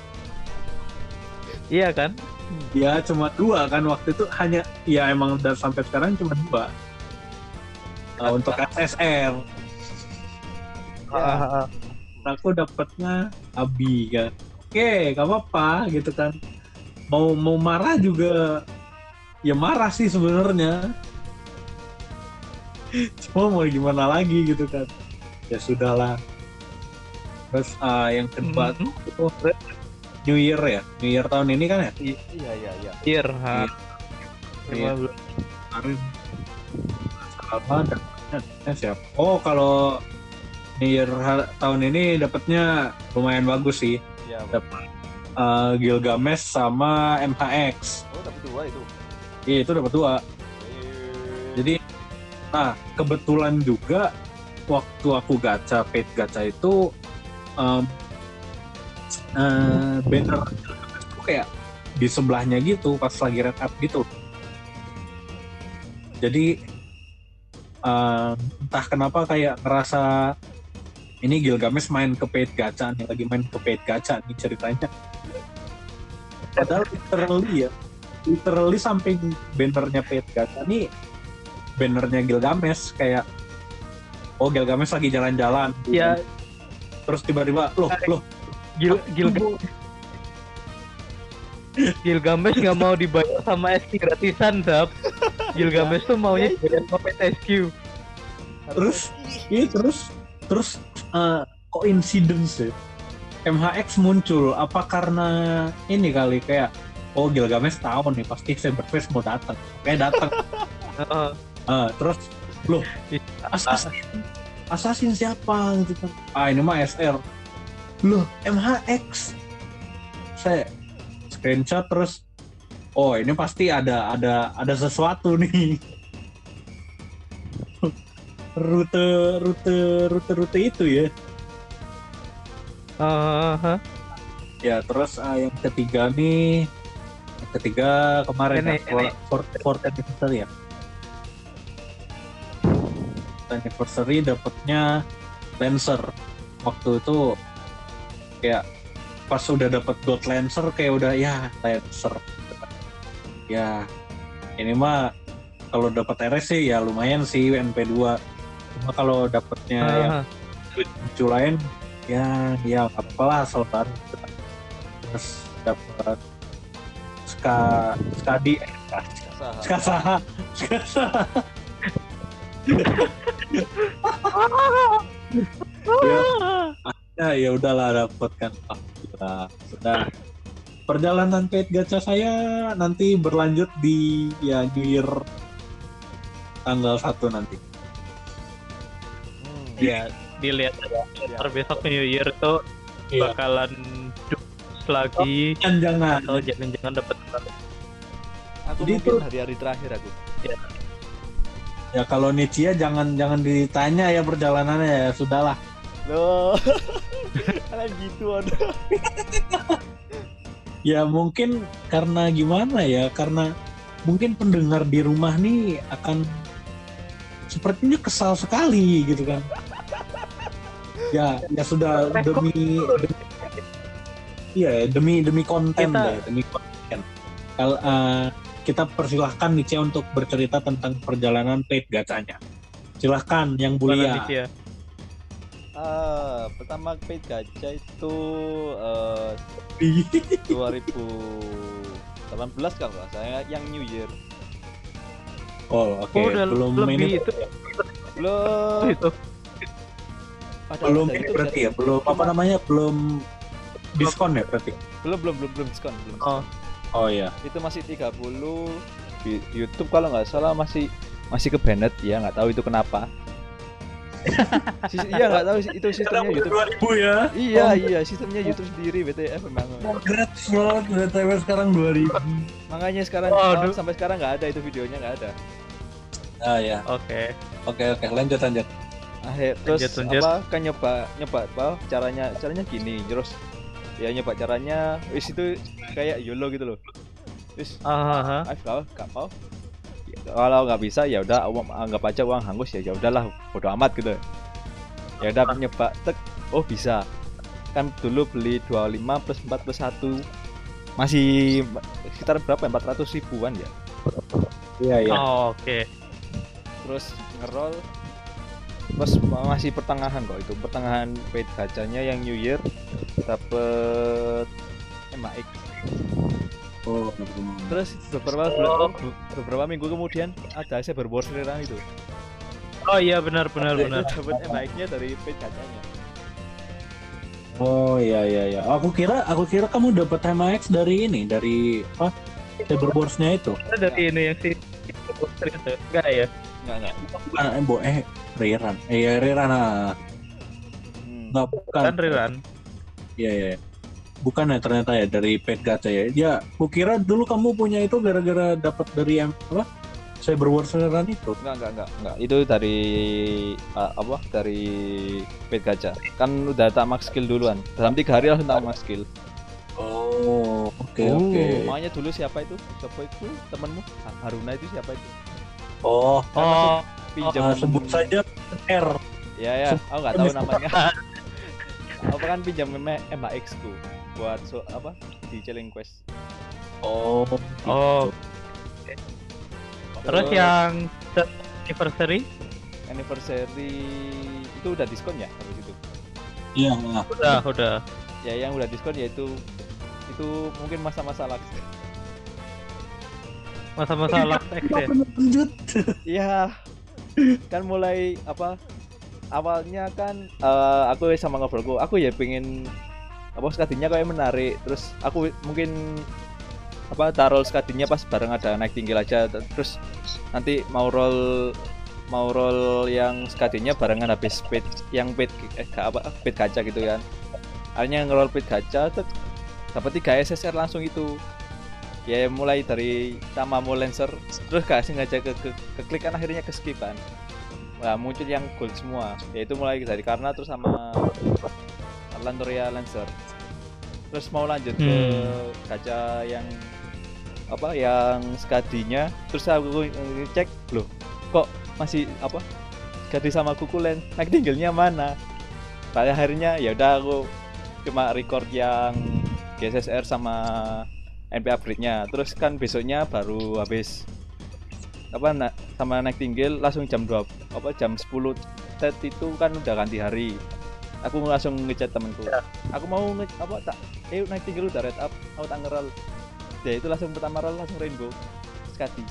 Speaker 1: Iya kan?
Speaker 3: Ya cuma dua kan waktu itu, hanya ya emang udah sampai sekarang cuma dua. Nah, untuk S S R
Speaker 1: Ah, ah,
Speaker 3: aku dapatnya Abi kan. Oke, gak apa-apa gitu kan. Mau mau marah juga ya marah sih sebenarnya. Cuma mau gimana lagi gitu kan. Ya sudahlah. Terus ah, yang kedua
Speaker 1: Mhm.
Speaker 3: tuh itu New Year ya. New Year tahun ini kan ya.
Speaker 2: Iya iya iya.
Speaker 1: Year, ha.
Speaker 3: Iya.
Speaker 1: lima belas.
Speaker 3: Kemarin apa dapatnya siapa? Oh, kalau New Year ha- tahun ini dapatnya lumayan bagus sih.
Speaker 2: Iya.
Speaker 3: Dapat uh, Gilgamesh sama M H X.
Speaker 2: Oh tapi dua itu.
Speaker 3: Iya, itu dapat dua. Jadi, nah kebetulan juga waktu aku gacha paid gacha itu um, uh, banner itu kayak di sebelahnya gitu pas lagi red up gitu. Jadi uh, entah kenapa kayak ngerasa ini Gilgamesh main ke paid gacha nih, lagi main ke paid gacha nih ceritanya. Padahal literally ya, literally samping bannernya paid gacha nih, bannernya Gilgamesh kayak, oh Gilgamesh lagi jalan-jalan.
Speaker 1: Ya,
Speaker 3: terus tiba-tiba, loh, loh,
Speaker 1: Gil Gilgamesh Gilgamesh nggak mau dibayar sama S Q gratisan, Dap. Gilgamesh tuh maunya dibayar sama S Q.
Speaker 3: Terus, iya terus, terus uh, coincidence ya, M H X muncul. Apa karena ini kali kayak, oh Gilgamesh tahu nih pasti Cyberface mau datang, kayak datang.
Speaker 1: Uh,
Speaker 3: uh, terus, loh, assassin, assassin siapa gitu kan? Ah ini mah S R. Loh, M H X. Saya screenshot terus, oh ini pasti ada ada ada sesuatu nih. rute rute rute rute itu ya.
Speaker 1: uh, uh,
Speaker 3: Ya terus uh, yang ketiga nih, yang ketiga kemarin
Speaker 1: ini,
Speaker 3: ya, for fourth anniversary ya. Anniversary dapatnya Lancer. Waktu itu kayak pas udah dapat Gold Lancer kayak udah ya Lancer. Ya ini mah kalau dapat R S sih ya lumayan sih N P dua. Cuma kalau dapatnya
Speaker 1: uh,
Speaker 3: yang lucu lain ya ya apalah asal baru. Terus dapat Ska Skadi Ska Saha Ska Saha. ya ya udahlah dapat kan. Alhamdulillah. Sudah. Perjalanan paid gacha saya nanti berlanjut di ya New Year tanggal satu nanti.
Speaker 2: Hmm.
Speaker 1: ya dilihat aja. Ntar besok New Year tuh
Speaker 3: Iya.
Speaker 1: bakalan dus lagi
Speaker 3: Oh, jangan.
Speaker 1: atau jangan-jangan dapat.
Speaker 2: Aku
Speaker 3: Jadi
Speaker 2: mungkin
Speaker 3: itu-
Speaker 2: hari-hari terakhir aku.
Speaker 3: Ya kalau Nichia jangan jangan ditanya ya perjalanannya ya sudahlah.
Speaker 2: Loh. Kalian gitu ada.
Speaker 3: Ya mungkin karena gimana ya, karena mungkin pendengar di rumah nih akan sepertinya kesal sekali gitu kan. Ya, ya sudah demi, demi iya demi demi konten
Speaker 1: Kita-
Speaker 3: deh, demi konten. Kalau uh, kita persilahkan Nichia untuk bercerita tentang perjalanan paid gacanya. Silahkan yang mulia.
Speaker 1: Ya.
Speaker 2: Ah, pertama paid gacha itu eh, dua ribu delapan belas kalau nggak salah yang New Year.
Speaker 3: Oh oke,
Speaker 1: Oh, udah
Speaker 3: belum
Speaker 1: lebih
Speaker 3: ini
Speaker 1: itu
Speaker 2: Belum.
Speaker 1: itu.
Speaker 2: Ada-
Speaker 3: belum
Speaker 2: ada
Speaker 3: ini
Speaker 2: itu,
Speaker 3: berarti
Speaker 2: ada-
Speaker 3: ya, belum apa namanya, belum diskon ya berarti.
Speaker 2: belum belum belum belum diskon belum.
Speaker 1: Oh,
Speaker 3: Oh iya.
Speaker 2: Itu masih tiga puluh di YouTube kalau nggak salah masih masih ke banned ya, nggak tahu itu kenapa. Sis- iya nggak tahu sih, itu sistemnya YouTube.
Speaker 3: dua ribu ya.
Speaker 2: Iya iya sistemnya YouTube sendiri B T F memang.
Speaker 3: Congrats banget B T W sekarang dua ribu.
Speaker 2: Makanya sekarang
Speaker 1: Waduh.
Speaker 2: oh, sampai sekarang nggak ada itu videonya, nggak ada.
Speaker 3: Ah ya.
Speaker 1: oke.
Speaker 3: Oke oke, lanjut lanjut.
Speaker 2: Akhir terus
Speaker 1: Lanjut, lanjut.
Speaker 2: apa kan nyoba nyoba apa caranya caranya gini terus ya nyoba caranya wis itu kayak YOLO gitu loh. Wis
Speaker 1: Ah,
Speaker 2: ah kalau nggak mau ya, kalau nggak bisa ya udah uang- anggap aja uang hangus ya ya udahlah bodo amat gitu. Ya udah nyoba tek oh bisa. Kan dulu beli dua puluh lima plus empat plus satu masih sekitar berapa empat ratus ribuan ya.
Speaker 3: Iya iya.
Speaker 1: oh, oke.
Speaker 2: Terus ngerol terus masih pertengahan kok itu pertengahan paid gacanya yang New Year dapet M H X.
Speaker 3: Oh.
Speaker 2: Terus beberapa bulan beberapa minggu kemudian ada Cyber Wars Rerang itu.
Speaker 1: Oh iya benar benar
Speaker 2: Nah,
Speaker 1: benar.
Speaker 2: itu dapat M H X-nya dari paid gacanya.
Speaker 3: Oh iya iya iya. Aku kira aku kira kamu dapat M H X dari ini, dari apa? Cyberborsnya itu.
Speaker 1: Itu dari ini yang si enggak ya?
Speaker 2: Enggak enggak.
Speaker 3: Bukan eh, bo, eh Riran. Eh ya Riran ah.
Speaker 2: Hmm.
Speaker 3: Enggak bukan.
Speaker 1: Kan Riran.
Speaker 3: Iya iya. bukan ya ternyata ya dari pet gacha ya. Ya, kukira dulu kamu punya itu gara-gara dapat dari yang apa? Cyber Warfare itu.
Speaker 2: Enggak, enggak, enggak, enggak. Itu dari uh, apa? Dari pet gacha. Kan udah tak max skill duluan. Dalam tiga hari langsung tak max skill.
Speaker 3: Oh, oke
Speaker 1: Oh.
Speaker 3: oke.
Speaker 2: Makanya dulu siapa itu? Siapa itu? Temenmu? Haruna itu siapa itu?
Speaker 3: Oh,
Speaker 1: Oh,
Speaker 2: Pinjam
Speaker 3: ah, sebut saja R.
Speaker 2: Ya ya,
Speaker 3: Sebut
Speaker 2: aku nggak tahu namanya. Apa kan pinjam M H X ku buat so, apa di Chilling Quest.
Speaker 3: Oh,
Speaker 1: oh. Terus yang anniversary
Speaker 2: anniversary itu udah diskon ya habis itu.
Speaker 3: iya.
Speaker 1: udah udah.
Speaker 2: Ya yang udah diskon yaitu itu mungkin masa-masa laks.
Speaker 1: Masa-masa last X ya.
Speaker 3: Lanjut.
Speaker 2: Iya. Kan mulai apa? Awalnya kan eh, aku sama ngobrolku, aku ya pengen apa skadinya kayak menarik. Terus aku mungkin apa taruh skadinya pas bareng ada naik tinggi aja. Terus nanti mau roll mau roll yang skadinya barengan habis pit yang pit eh gak apa pit gacha gitu kan. Akhirnya ngeroll pit gacha terus dapat tiga S S R langsung itu. Ya mulai dari Tamamu Lancer terus gak sengaja ke, ke, ke klik kan akhirnya ke skip kan. Nah, muncul yang gold semua, yaitu mulai dari Karna terus sama Lantoria Lancer. Terus mau lanjut ke
Speaker 1: Hmm.
Speaker 2: gacha yang apa yang skadinya, terus aku cek loh kok masih apa skadi sama kukulen naik tinggalnya mana. Pada akhirnya ya udah aku cuma record yang G S S R sama N P upgrade-nya. Terus kan besoknya baru habis apa na sama naik tinggal langsung jam dua apa jam sepuluh tet itu kan udah ganti hari. Aku langsung ngechat temanku. Aku mau nge apa tak eh naik tinggal udah red up, aku tak ngeral. Ya itu langsung pertama roll langsung rainbow skadi.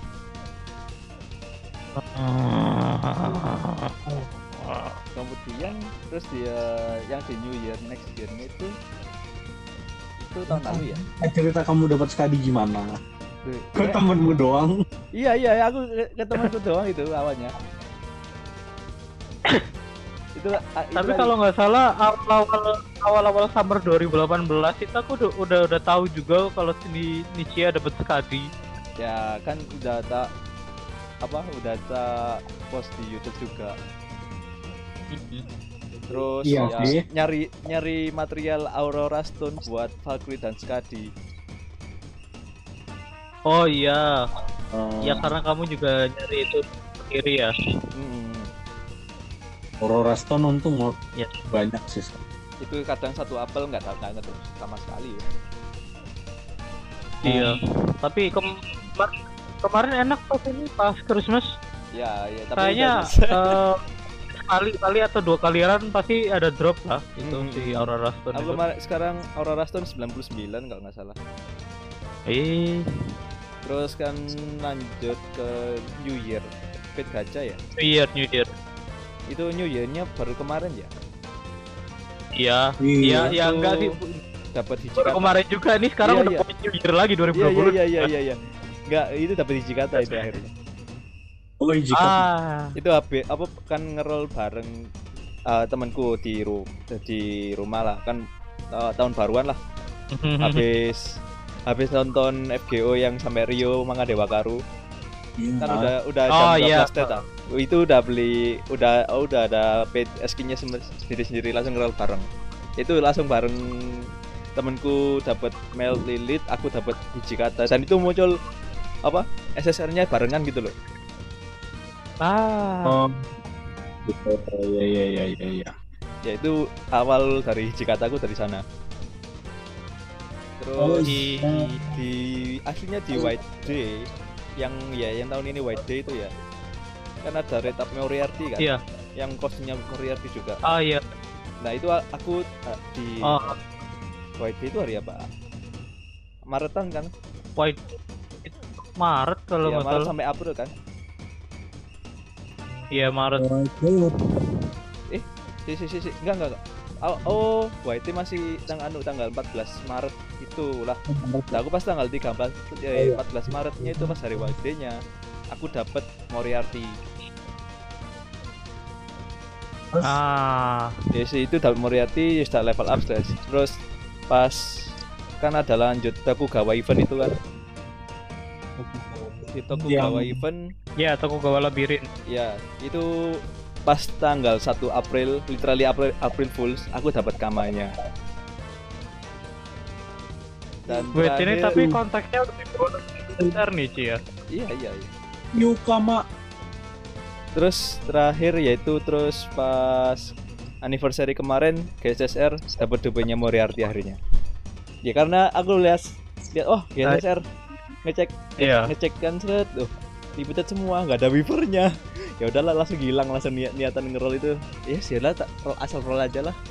Speaker 2: Kemudian terus dia yang di New Year next year-nya itu itu tahun lalu ya.
Speaker 3: Eh, cerita kamu dapat skadi gimana?
Speaker 2: Duh,
Speaker 3: Ke temenmu doang.
Speaker 2: Iya iya aku ke, ke temanku doang itu awalnya. itu, itu
Speaker 1: Tapi
Speaker 2: lagi-
Speaker 1: kalau nggak salah awal-awal awal-awal summer dua ribu delapan belas itu aku udah udah, udah tahu juga kalau si Nichia dapat skadi.
Speaker 2: ya kan udah tak apa udah tak post di YouTube juga. Terus
Speaker 3: Iya
Speaker 2: ya
Speaker 3: sih.
Speaker 2: nyari nyari material Aurora Stone buat Valkyrie dan Skadi.
Speaker 1: Oh iya,
Speaker 3: Eh,
Speaker 1: ya karena kamu juga nyari itu sendiri ya.
Speaker 2: Hmm,
Speaker 3: Aurora Stone untung mau
Speaker 1: Ya.
Speaker 3: banyak sih.
Speaker 2: itu kadang satu apel nggak tahu nggak terus sama sekali ya.
Speaker 1: Iya. Tapi kem- kemar- kemarin enak pas ini pas Christmas.
Speaker 2: Ya ya tapi
Speaker 1: Kayaknya
Speaker 2: udah-
Speaker 1: eh, sekali kali atau dua kalian pasti ada drop lah itu
Speaker 2: Hmm.
Speaker 1: si Aurora Stone
Speaker 2: aku
Speaker 1: itu.
Speaker 2: kemarin sekarang Aurora Stone sembilan puluh sembilan kalau nggak salah.
Speaker 1: Eh,
Speaker 2: Terus kan lanjut ke New Year Pet Gacha ya.
Speaker 1: New Year, New Year.
Speaker 2: Itu New Year-nya baru kemarin ya.
Speaker 1: Iya,
Speaker 3: Iya,
Speaker 1: iya,
Speaker 2: itu
Speaker 1: ya enggak sih.
Speaker 2: Dapat hiji
Speaker 1: Baru
Speaker 2: kata.
Speaker 1: kemarin juga nih sekarang
Speaker 2: Iya,
Speaker 1: udah
Speaker 2: iya.
Speaker 1: mau New Year lagi dua ribu
Speaker 2: Iya
Speaker 1: dua puluh.
Speaker 2: iya iya iya iya. Enggak, itu dapat hiji kata itu akhirnya.
Speaker 3: Oh, jika
Speaker 1: Ah,
Speaker 2: Itu habis apa kan ngerol bareng uh, temanku di ru di rumah lah kan uh, tahun baruan lah. Habis habis nonton F G O yang sampai Rio Manga Dewa Karu kan
Speaker 3: Iya.
Speaker 2: udah udah
Speaker 1: Oh,
Speaker 2: jam dua
Speaker 1: iya.
Speaker 2: belas tet ah. Itu udah beli udah oh, udah ada paid skinnya sendiri-sendiri langsung ngerol bareng. Itu langsung bareng temanku dapat Mel Lilith, aku dapat hiji kata dan itu muncul apa S S R-nya barengan gitu loh.
Speaker 1: ah.
Speaker 3: Oh. Iya iya iya iya iya.
Speaker 2: Ya itu awal dari hiji kataku dari sana.
Speaker 3: Oh,
Speaker 2: Terus
Speaker 1: di
Speaker 3: iya.
Speaker 2: di aslinya di White Day yang ya yang tahun ini White Day itu ya kan ada Red Up Moriarty kan
Speaker 1: Iya.
Speaker 2: yang kostumnya Moriarty juga.
Speaker 1: Ah iya.
Speaker 2: Nah itu a- aku uh, di
Speaker 1: Oh,
Speaker 2: White Day itu hari apa? Maretan kan?
Speaker 1: White Maret kalau
Speaker 2: Ya,
Speaker 1: nggak
Speaker 2: Maret
Speaker 1: salah.
Speaker 2: sampai April kan?
Speaker 1: Iya Maret.
Speaker 2: Si si si, si. Enggak enggak. enggak. Oh, oh, White Day masih tanggal anu tanggal empat belas Maret itulah. Nah, aku pas tanggal tiga belas eh, empat belas Maretnya itu pas hari White Day-nya aku dapat Moriarty.
Speaker 1: Ah,
Speaker 2: Ya sih itu dapat Moriarty ya sudah level up guys. Terus pas kan ada lanjut Tokugawa event itu kan. Di Tokugawa
Speaker 3: Yang-
Speaker 2: event
Speaker 1: Ya, Tokugawa Labirin.
Speaker 2: ya itu pas tanggal satu April, literally April April Fools, aku dapat kamanya. Dan
Speaker 1: Wait, ini
Speaker 2: terakhir-
Speaker 1: tapi konteksnya lebih besar nih, Ci ya.
Speaker 2: iya iya iya.
Speaker 3: Yukama.
Speaker 2: Terus terakhir yaitu terus pas anniversary kemarin G S S R dapat D P-nya Moriarty akhirnya. Ya karena aku lihat lihat oh G S S R ngecek
Speaker 1: Iya.
Speaker 2: ngecek kan seret, oh limited semua nggak ada weavernya. Ya udahlah langsung hilang langsung niat niatan ngeroll itu. Ya sialah tak roll asal roll aja lah.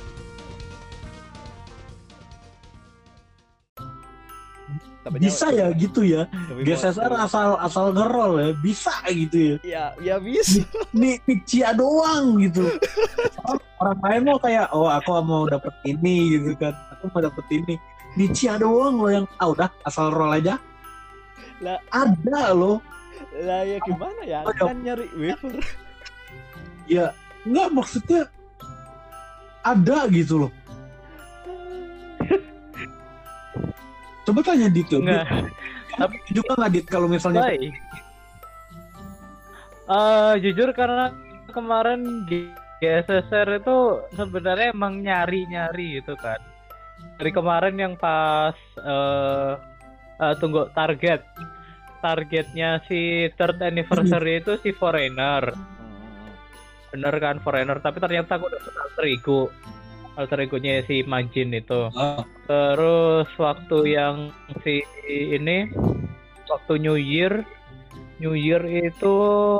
Speaker 2: Dapatnya
Speaker 4: Bisa ya gitu ya.
Speaker 2: lebih
Speaker 4: G S S R
Speaker 2: muat.
Speaker 4: asal asal ngerol ya, bisa gitu ya.
Speaker 2: Ya ya bisa.
Speaker 4: Nih Cia doang gitu. Orang lain mau kayak oh aku mau dapet ini gitu kan. Aku mau dapet ini. Nih Cia doang loh yang ah udah asal roll aja.
Speaker 2: Lah
Speaker 4: Ada loh.
Speaker 2: lah ya gimana ya?
Speaker 4: Oh, ya.
Speaker 2: Kan nyari weaver.
Speaker 4: Ya enggak maksudnya ada gitu loh. Coba tanya Dit tuh.
Speaker 1: Enggak.
Speaker 4: Tapi juga nggak Dit kalau misalnya
Speaker 1: Baik. Eh, jujur karena kemarin G S S R itu sebenarnya emang nyari-nyari gitu kan. Dari kemarin yang pas eh eh, tunggu target. Targetnya si third anniversary itu si Foreigner. Bener kan Foreigner, tapi ternyata aku dapet alter ego. Alter egonya si Majin itu.
Speaker 4: ah,
Speaker 1: Terus waktu yang si ini waktu New Year New Year itu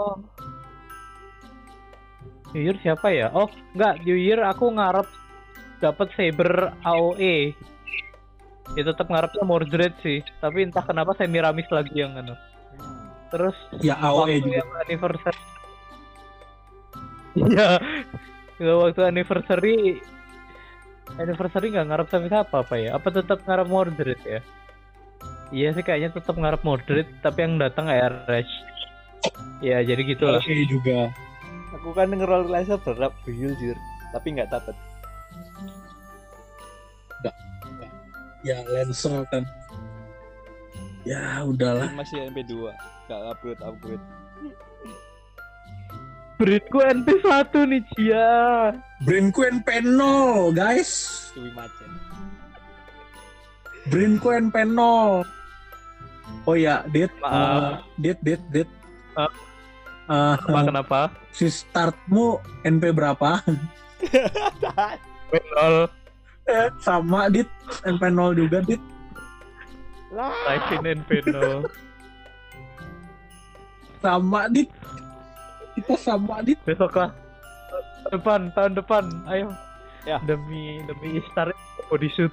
Speaker 1: New Year siapa ya? Oh enggak, New Year aku ngarep dapat Saber A O E. Ya tetap ngarepnya Mordred sih, tapi entah kenapa Semiramis lagi yang anu. Terus
Speaker 4: ya A O E
Speaker 1: waktu
Speaker 4: juga.
Speaker 1: yang anniversary. Iya. Ya, waktu anniversary anniversary nggak ngarep sama siapa apa ya? Apa tetap ngarep Mordred ya? Iya sih kayaknya tetap ngarep Mordred, tapi yang datang Air Rush. Ya jadi gitulah.
Speaker 4: A O E juga.
Speaker 2: Aku kan ngeroll laser berap buyul jir, tapi nggak dapat.
Speaker 4: Ya Lancer kan. Ya udahlah.
Speaker 2: Masih M P dua, nggak upgrade upgrade.
Speaker 1: Breedku N P satu nih Cia.
Speaker 4: Brainku N P nol guys.
Speaker 2: Dewi Macan.
Speaker 4: Brainku N P nol. Oh ya, Dit,
Speaker 1: Maaf.
Speaker 4: uh, Dit, Dit, Dit.
Speaker 1: Ah.
Speaker 4: Uh,
Speaker 1: Apa kenapa?
Speaker 4: si startmu N P berapa?
Speaker 1: Nol.
Speaker 4: Eh, sama Dit, N P nol juga Dit.
Speaker 1: Typin N P nol.
Speaker 4: Sama Dit. Kita sama Dit.
Speaker 1: Besok lah. Depan, tahun depan. Ayo.
Speaker 2: Ya.
Speaker 1: Demi demi Istar bodysuit.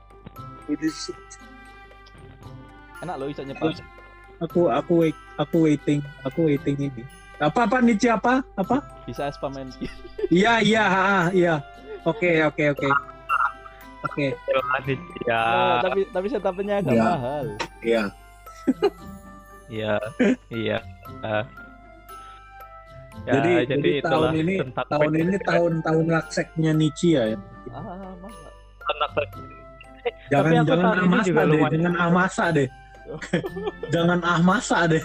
Speaker 2: Enak loh bisa nyepas.
Speaker 4: Aku aku wait, aku waiting, aku waiting ini. Apa apa nih apa? Apa?
Speaker 2: Bisa spam main.
Speaker 4: Iya iya ah, iya. Oke oke oke. Oke.
Speaker 1: Jelas nih Cia.
Speaker 2: Oh, tapi tapi setupnya agak
Speaker 4: Ya.
Speaker 2: mahal.
Speaker 4: Iya.
Speaker 1: Iya. Iya. Ah. Ya,
Speaker 4: jadi jadi
Speaker 1: itulah
Speaker 4: tahun ini
Speaker 1: tentang
Speaker 4: tahun ini
Speaker 1: pendidikan
Speaker 4: tahun-tahun lakseknya Nichia ya.
Speaker 2: Ah, mahal.
Speaker 1: anak.
Speaker 4: Jangan
Speaker 1: aku
Speaker 4: jangan
Speaker 1: tahun ini
Speaker 4: Amasa
Speaker 1: juga
Speaker 4: deh,
Speaker 1: lumayan.
Speaker 4: jangan Amasa deh. Jangan Ahmasa deh.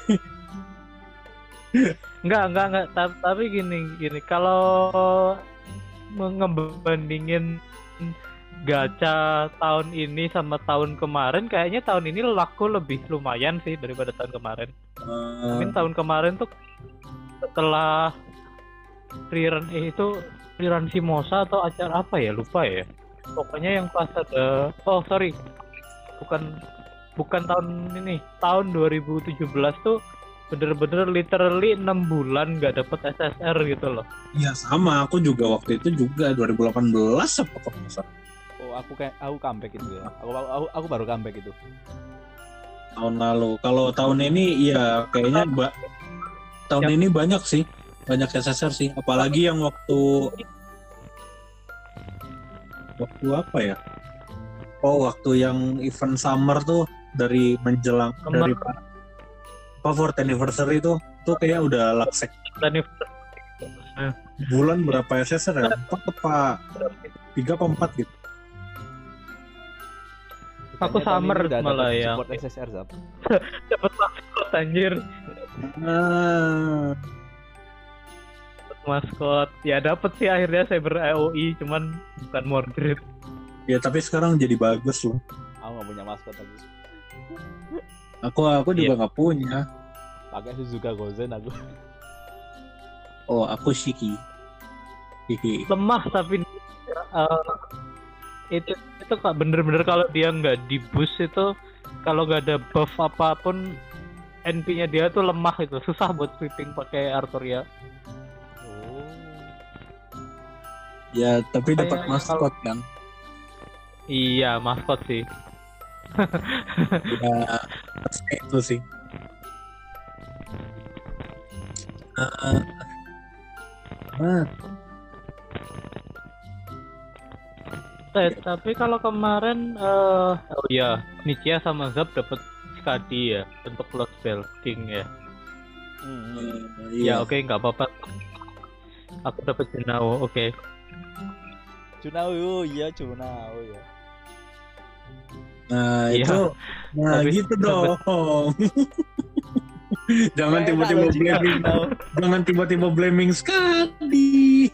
Speaker 1: Enggak, enggak, enggak. Ta- Tapi gini, gini. Kalau ngebandingin gacha tahun ini sama tahun kemarin, kayaknya tahun ini laku lebih lumayan sih daripada tahun kemarin. Mungkin tahun kemarin tuh setelah rerun eh, itu rerun Simosa atau acara apa ya, lupa ya. Pokoknya yang pas ada, oh sorry, bukan bukan tahun ini, tahun dua ribu tujuh belas tuh bener-bener literally enam bulan nggak dapet S S R gitu loh.
Speaker 4: Iya sama, aku juga waktu itu juga dua ribu delapan belas apa kok nggak salah.
Speaker 2: Oh, aku kayak aku comeback itu ya. Aku aku, aku baru comeback itu.
Speaker 4: Tahun lalu. Kalau tahun ini iya kayaknya ba- tahun
Speaker 1: Yang-
Speaker 4: ini banyak sih, banyak S S R sih. Apalagi yang waktu waktu apa ya? Oh waktu yang event summer tuh dari menjelang
Speaker 1: Summer.
Speaker 4: dari apa fourth anniversary tuh tuh kayak udah laksek
Speaker 1: Dan
Speaker 4: bulan berapa S S R ya? Empat apa tiga apa empat gitu?
Speaker 1: Aku
Speaker 2: Katanya tahun
Speaker 1: summer
Speaker 2: ini udah
Speaker 1: malah
Speaker 2: dapet
Speaker 1: yang
Speaker 2: support S S R Zap.
Speaker 1: cepet maskot anjir.
Speaker 4: Ah,
Speaker 1: Maskot ya dapet sih akhirnya Cyber A O E cuman bukan Mordred.
Speaker 4: ya tapi sekarang jadi bagus loh.
Speaker 2: Aku nggak punya maskot tapi
Speaker 4: Aku aku juga nggak punya.
Speaker 2: pakai Suzuka Gozen aku.
Speaker 4: Oh, aku Shiki. Shiki.
Speaker 1: Lemah tapi uh, itu itu kak bener-bener kalau dia nggak di boost itu kalau nggak ada buff apapun N P-nya dia tuh lemah itu susah buat sweeping pakai Arturia.
Speaker 2: Oh.
Speaker 4: Ya, tapi dapat
Speaker 1: Kayak
Speaker 4: maskot kan.
Speaker 1: Iya maskot sih.
Speaker 4: Ya, itu sih. Uh, uh,
Speaker 1: Eh, tapi kalau kemarin eh oh iya Nichia sama Zap dapat Skadi ya untuk Lost Bell King ya.
Speaker 2: Hmm.
Speaker 4: uh,
Speaker 1: Ya
Speaker 4: iya.
Speaker 1: oke nggak apa-apa. Aku dapat Junao oke.
Speaker 2: Junao, iya Junao ya.
Speaker 4: Nah,
Speaker 1: Iya.
Speaker 4: itu nah
Speaker 1: Tapi-
Speaker 4: gitu dong. Jangan
Speaker 2: Enak
Speaker 4: tiba-tiba
Speaker 2: loh, Junao.
Speaker 4: blaming, jangan tiba-tiba blaming sekali.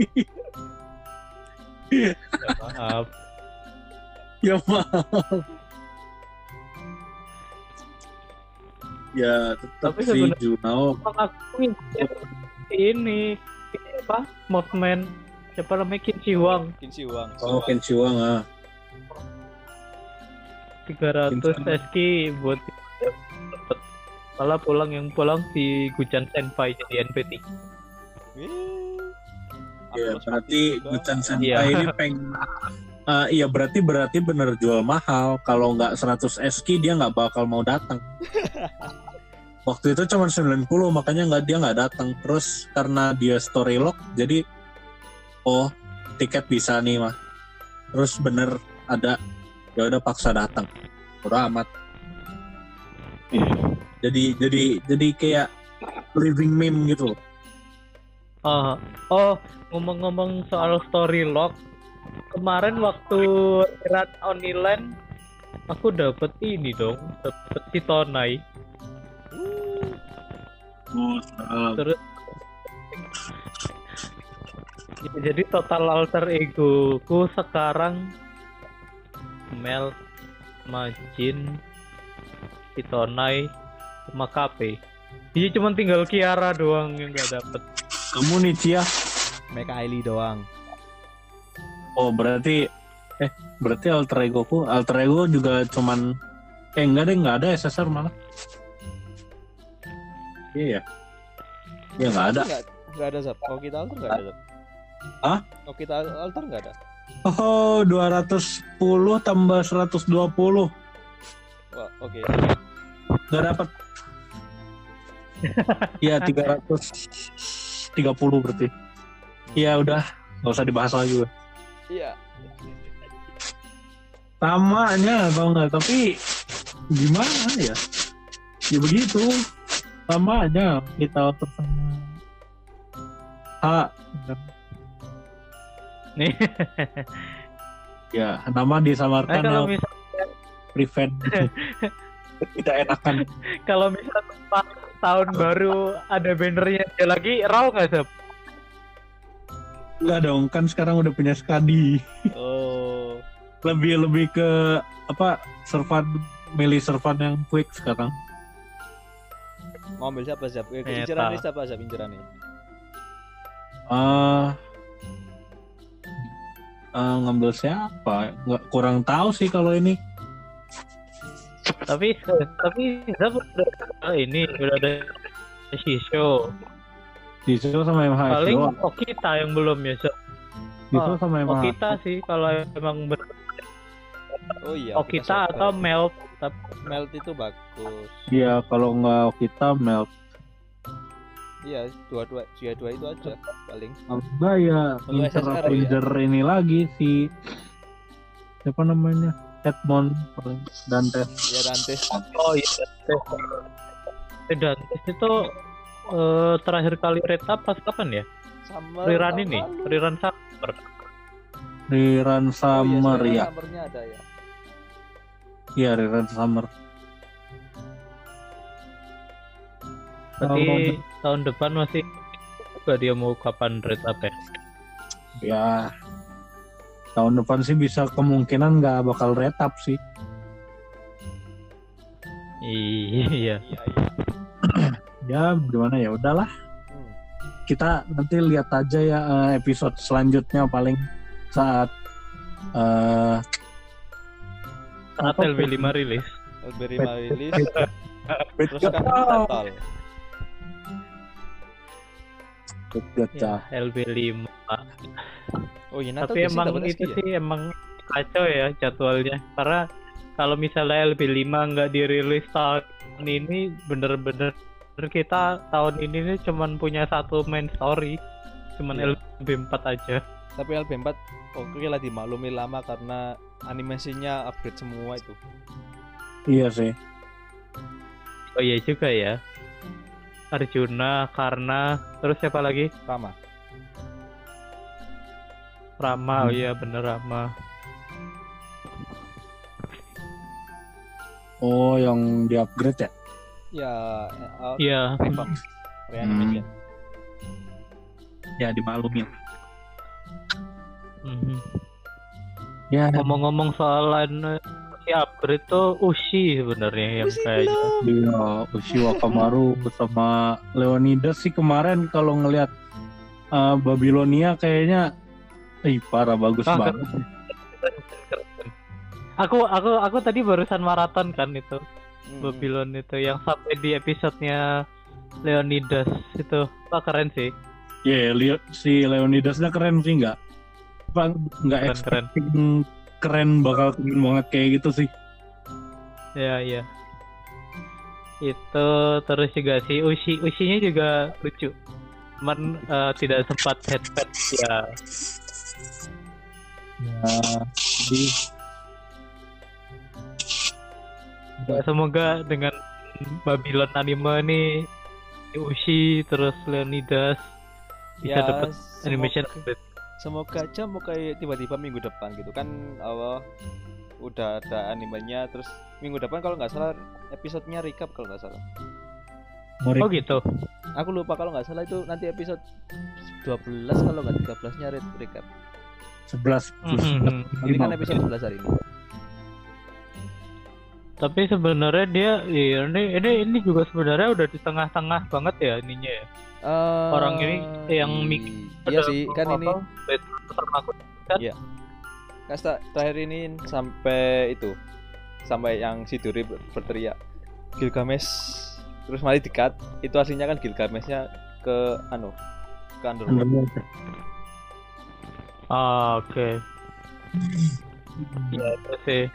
Speaker 1: Ya, maaf.
Speaker 4: Ya maaf. Ya tetap
Speaker 1: Tapi
Speaker 4: sih
Speaker 1: sebenarnya-
Speaker 4: Junao.
Speaker 1: Emang aku ngikutin ini ini apa Mothman siapa namanya Qin Shi Huang
Speaker 2: Qin Shi Huang.
Speaker 4: Oh, Ken Chiwang ah.
Speaker 1: tiga ratus S K buat dapet. Malah pulang yang pulang si Guchan Senpai jadi N P T.
Speaker 2: Wih.
Speaker 4: Ya,
Speaker 2: Aku
Speaker 4: berarti
Speaker 2: juga.
Speaker 4: Guchan
Speaker 1: Iya.
Speaker 4: Senpai ini pengen Ah, iya berarti berarti bener jual mahal. Kalau nggak seratus S K dia nggak bakal mau datang. Waktu itu cuma sembilan puluh makanya nggak dia nggak datang. Terus karena dia story lock jadi oh tiket bisa nih mah. Terus bener ada ya udah paksa datang. Udah amat. Jadi jadi jadi kayak living meme gitu.
Speaker 1: Oh, oh ngomong-ngomong soal story lock, kemarin waktu Run Oniland aku dapet ini dong, dapet si Tonai.
Speaker 4: Oh, salah.
Speaker 1: Terus jadi total alter ego ku sekarang Mel, Majin, Titonai, sama K P. Jadi cuma tinggal Kiara doang yang nggak dapet.
Speaker 4: Kamu nih Cia.
Speaker 2: Mecha Ailey doang.
Speaker 4: Oh berarti eh berarti alter ego ku alter ego juga cuman eh enggak deh nggak ada S S R malah. Iya ya. Ya nggak ada.
Speaker 2: Nggak, nggak ada Zap. Kalau kita alter nggak ada Zap.
Speaker 4: Hah?
Speaker 2: Kalau kita alter nggak ada.
Speaker 4: Oh dua ratus sepuluh tambah seratus dua puluh
Speaker 2: Wah, oke.
Speaker 4: nggak dapat. Iya tiga ratus tiga puluh berarti. Iya udah nggak usah dibahas lagi. Gue.
Speaker 2: Iya.
Speaker 4: Samanya atau enggak tapi gimana ya? Ya begitu. Sama aja kita alter sama H.
Speaker 1: Nih,
Speaker 4: Ya, nama
Speaker 1: eh,
Speaker 4: disamarkan
Speaker 1: kalau
Speaker 4: ya,
Speaker 1: misalnya
Speaker 4: prevent tidak enakan.
Speaker 1: kalau misalnya pas tahun baru ada bannernya dia lagi raw nggak Zap?
Speaker 4: Enggak dong, kan sekarang udah punya Skadi.
Speaker 2: Oh.
Speaker 4: Lebih lebih ke apa? Servan milih servan yang quick sekarang.
Speaker 2: Mau ambil siapa Zap? Eh,
Speaker 1: Eta.
Speaker 2: Inceran nih siapa Zap inceran nih?
Speaker 4: Ah eh, ngambil siapa? Nggak kurang tahu sih kalau ini.
Speaker 1: Tapi tapi Zap udah ada ini udah ada Shisho.
Speaker 4: Diso sama M H S
Speaker 1: Paling
Speaker 4: doang.
Speaker 1: Okita yang belum ya Zap.
Speaker 4: Diso
Speaker 1: oh,
Speaker 4: sama M H S.
Speaker 1: Okita sih kalau emang bener
Speaker 2: Oh iya.
Speaker 1: Okita
Speaker 2: Sobat.
Speaker 1: atau Melt. Tapi
Speaker 2: Melt itu bagus.
Speaker 4: Iya, kalau nggak kita melt.
Speaker 2: Iya, dua-dua, dua-dua itu aja paling.
Speaker 4: Enggak ya,
Speaker 2: Kalau
Speaker 4: Inter
Speaker 2: S S R
Speaker 4: Avenger ini lagi si siapa namanya? Edmond Dantes.
Speaker 2: Ya Dantes.
Speaker 1: oh iya Dantes. Dantes itu eh, terakhir kali rate up pas kapan ya?
Speaker 2: Summer.
Speaker 1: Rerun
Speaker 2: tahun
Speaker 1: ini,
Speaker 2: lalu.
Speaker 1: rerun summer.
Speaker 4: Di Run
Speaker 2: Oh, iya,
Speaker 4: Summer
Speaker 2: sekarang
Speaker 4: ya.
Speaker 2: Summernya ada ya.
Speaker 4: Iya, Rerun Summer.
Speaker 1: Berarti
Speaker 3: Oh,
Speaker 1: tahun depan masih juga dia mau kapan rate up ya?
Speaker 4: Ya, tahun depan sih bisa kemungkinan nggak bakal retap sih.
Speaker 1: Iya.
Speaker 2: Iya, iya.
Speaker 4: Ya, gimana ya udahlah.
Speaker 2: Hmm.
Speaker 4: Kita nanti lihat aja ya eh, episode selanjutnya paling saat eh
Speaker 1: Saat
Speaker 4: apa
Speaker 1: L B lima rilis.
Speaker 2: L B lima rilis terus kan total.
Speaker 4: Gacha.
Speaker 1: Ya, L B lima.
Speaker 2: Oh iya, Natal
Speaker 1: Tapi
Speaker 2: biasanya
Speaker 1: emang
Speaker 2: dapat S K
Speaker 1: itu
Speaker 2: ya?
Speaker 1: sih emang kacau ya jadwalnya. Karena kalau misalnya L B lima nggak dirilis tahun ini, bener-bener kita tahun ini nih cuman punya satu main story, cuman
Speaker 2: Iya.
Speaker 1: L B empat aja.
Speaker 2: Tapi L B empat oke lah dimaklumi lama karena animasinya upgrade semua itu.
Speaker 4: Iya sih.
Speaker 1: Oh iya juga ya. Arjuna, Karna, terus siapa lagi?
Speaker 2: Rama.
Speaker 1: Rama,
Speaker 4: Hmm.
Speaker 1: oh iya bener Rama.
Speaker 4: Oh, yang di upgrade ya?
Speaker 2: Ya, uh,
Speaker 1: Iya.
Speaker 2: revamp, reanimation.
Speaker 4: Ya dimaklumin.
Speaker 1: Mhm.
Speaker 4: Ya,
Speaker 1: Ngomong-ngomong soal anu, si upgrade tuh Ushi sebenarnya yang
Speaker 2: Ushi
Speaker 1: kayaknya.
Speaker 2: belum.
Speaker 4: iya, Uchiwa Kamaru sama Leonidas sih kemarin kalau ngelihat uh, Babylonia kayaknya, ih parah bagus
Speaker 1: Ah,
Speaker 4: banget.
Speaker 1: Aku aku aku tadi barusan maraton kan itu
Speaker 2: Hmm.
Speaker 1: Babylon itu yang sampai di episodenya Leonidas itu. Wah, keren sih.
Speaker 4: Iya, yeah, si Leonidasnya keren sih nggak? Apa nggak
Speaker 1: Keren, keren.
Speaker 4: expecting keren bakal keren banget kayak gitu sih.
Speaker 1: Ya, iya. Itu terus juga si Ushi Ushinya juga lucu. Cuman eh, tidak sempat headset ya.
Speaker 4: Ya, jadi
Speaker 1: Ya, semoga dengan Babylon anime nih Ushi terus Leonidas bisa
Speaker 2: Ya,
Speaker 1: dapat
Speaker 2: semoga-
Speaker 1: animation upgrade.
Speaker 2: Semoga aja mau kayak tiba-tiba minggu depan gitu kan, awal udah ada animenya, terus minggu depan kalau nggak salah episodenya recap kalau nggak salah.
Speaker 1: Oh gitu.
Speaker 2: Aku lupa kalau nggak salah itu nanti episode dua belas kalau nggak tiga belasnya re- recap.
Speaker 4: sebelas
Speaker 1: Mhm.
Speaker 2: Ini kan episode sebelas hari ini.
Speaker 1: Tapi sebenarnya dia iya, ini ini ini juga sebenarnya udah di tengah-tengah banget ya ininya ya.
Speaker 2: Eh,
Speaker 1: Orang ini yang mik-
Speaker 2: iya
Speaker 1: Ada
Speaker 2: sih kan ini
Speaker 1: apa, Batman sama aku kan?
Speaker 2: Iya. kasta terakhir ini sampai itu sampai yang si Duri ber- berteriak Gilgamesh, terus mari dikat itu aslinya kan Gilgameshnya ke anu ke underworld.
Speaker 1: Ah, oke. Ya itu sih.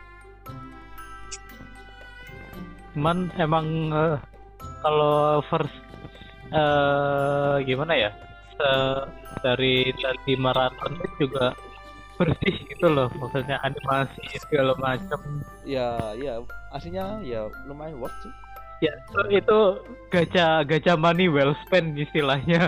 Speaker 1: Cuman emang eh, kalau first eh gimana ya? Se- dari tadi maraton itu juga bersih gitu loh, maksudnya animasi segala macam.
Speaker 2: Ya ya aslinya ya lumayan worth sih.
Speaker 1: Ya itu, itu gacha gacha money well spent istilahnya.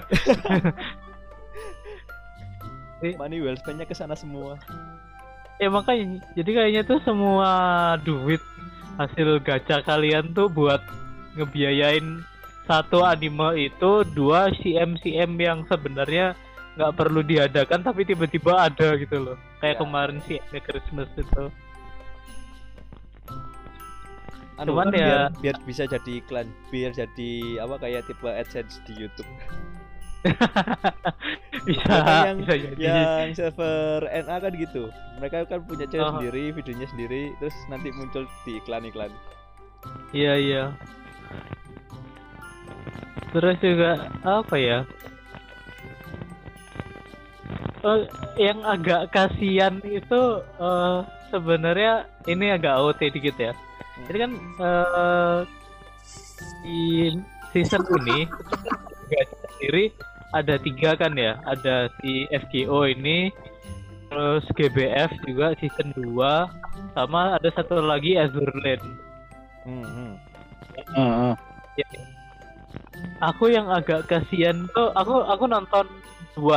Speaker 2: Money well spend-nya ke sana semua.
Speaker 1: Ya makanya jadi kayaknya tuh semua duit hasil gacha kalian tuh buat ngebiayain satu anime itu, dua C M C M yang sebenarnya nggak perlu diadakan tapi tiba-tiba ada gitu loh, kayak
Speaker 2: Ya.
Speaker 1: kemarin si The Christmas itu.
Speaker 2: Anu,
Speaker 1: Cuman
Speaker 2: biar,
Speaker 1: ya-
Speaker 2: biar bisa jadi iklan, biar jadi apa kayak tipe AdSense di YouTube.
Speaker 1: bisa
Speaker 2: Bahkan yang
Speaker 1: bisa jadi.
Speaker 2: yang server N A kan gitu. Mereka kan punya channel
Speaker 1: Oh.
Speaker 2: sendiri, videonya sendiri, terus nanti muncul di iklan-iklan.
Speaker 1: Iya iya. Terus juga apa ya? Oh, yang agak kasihan itu eh, sebenarnya ini agak O T dikit ya. Jadi kan eh, di season ini gacha sendiri ada tiga kan ya. Ada si F G O ini, terus G B F juga season dua, sama ada satu lagi Azure Lane.
Speaker 2: Hmm, hmm.
Speaker 4: Heeh.
Speaker 1: Aku yang agak kasihan tuh aku aku nonton dua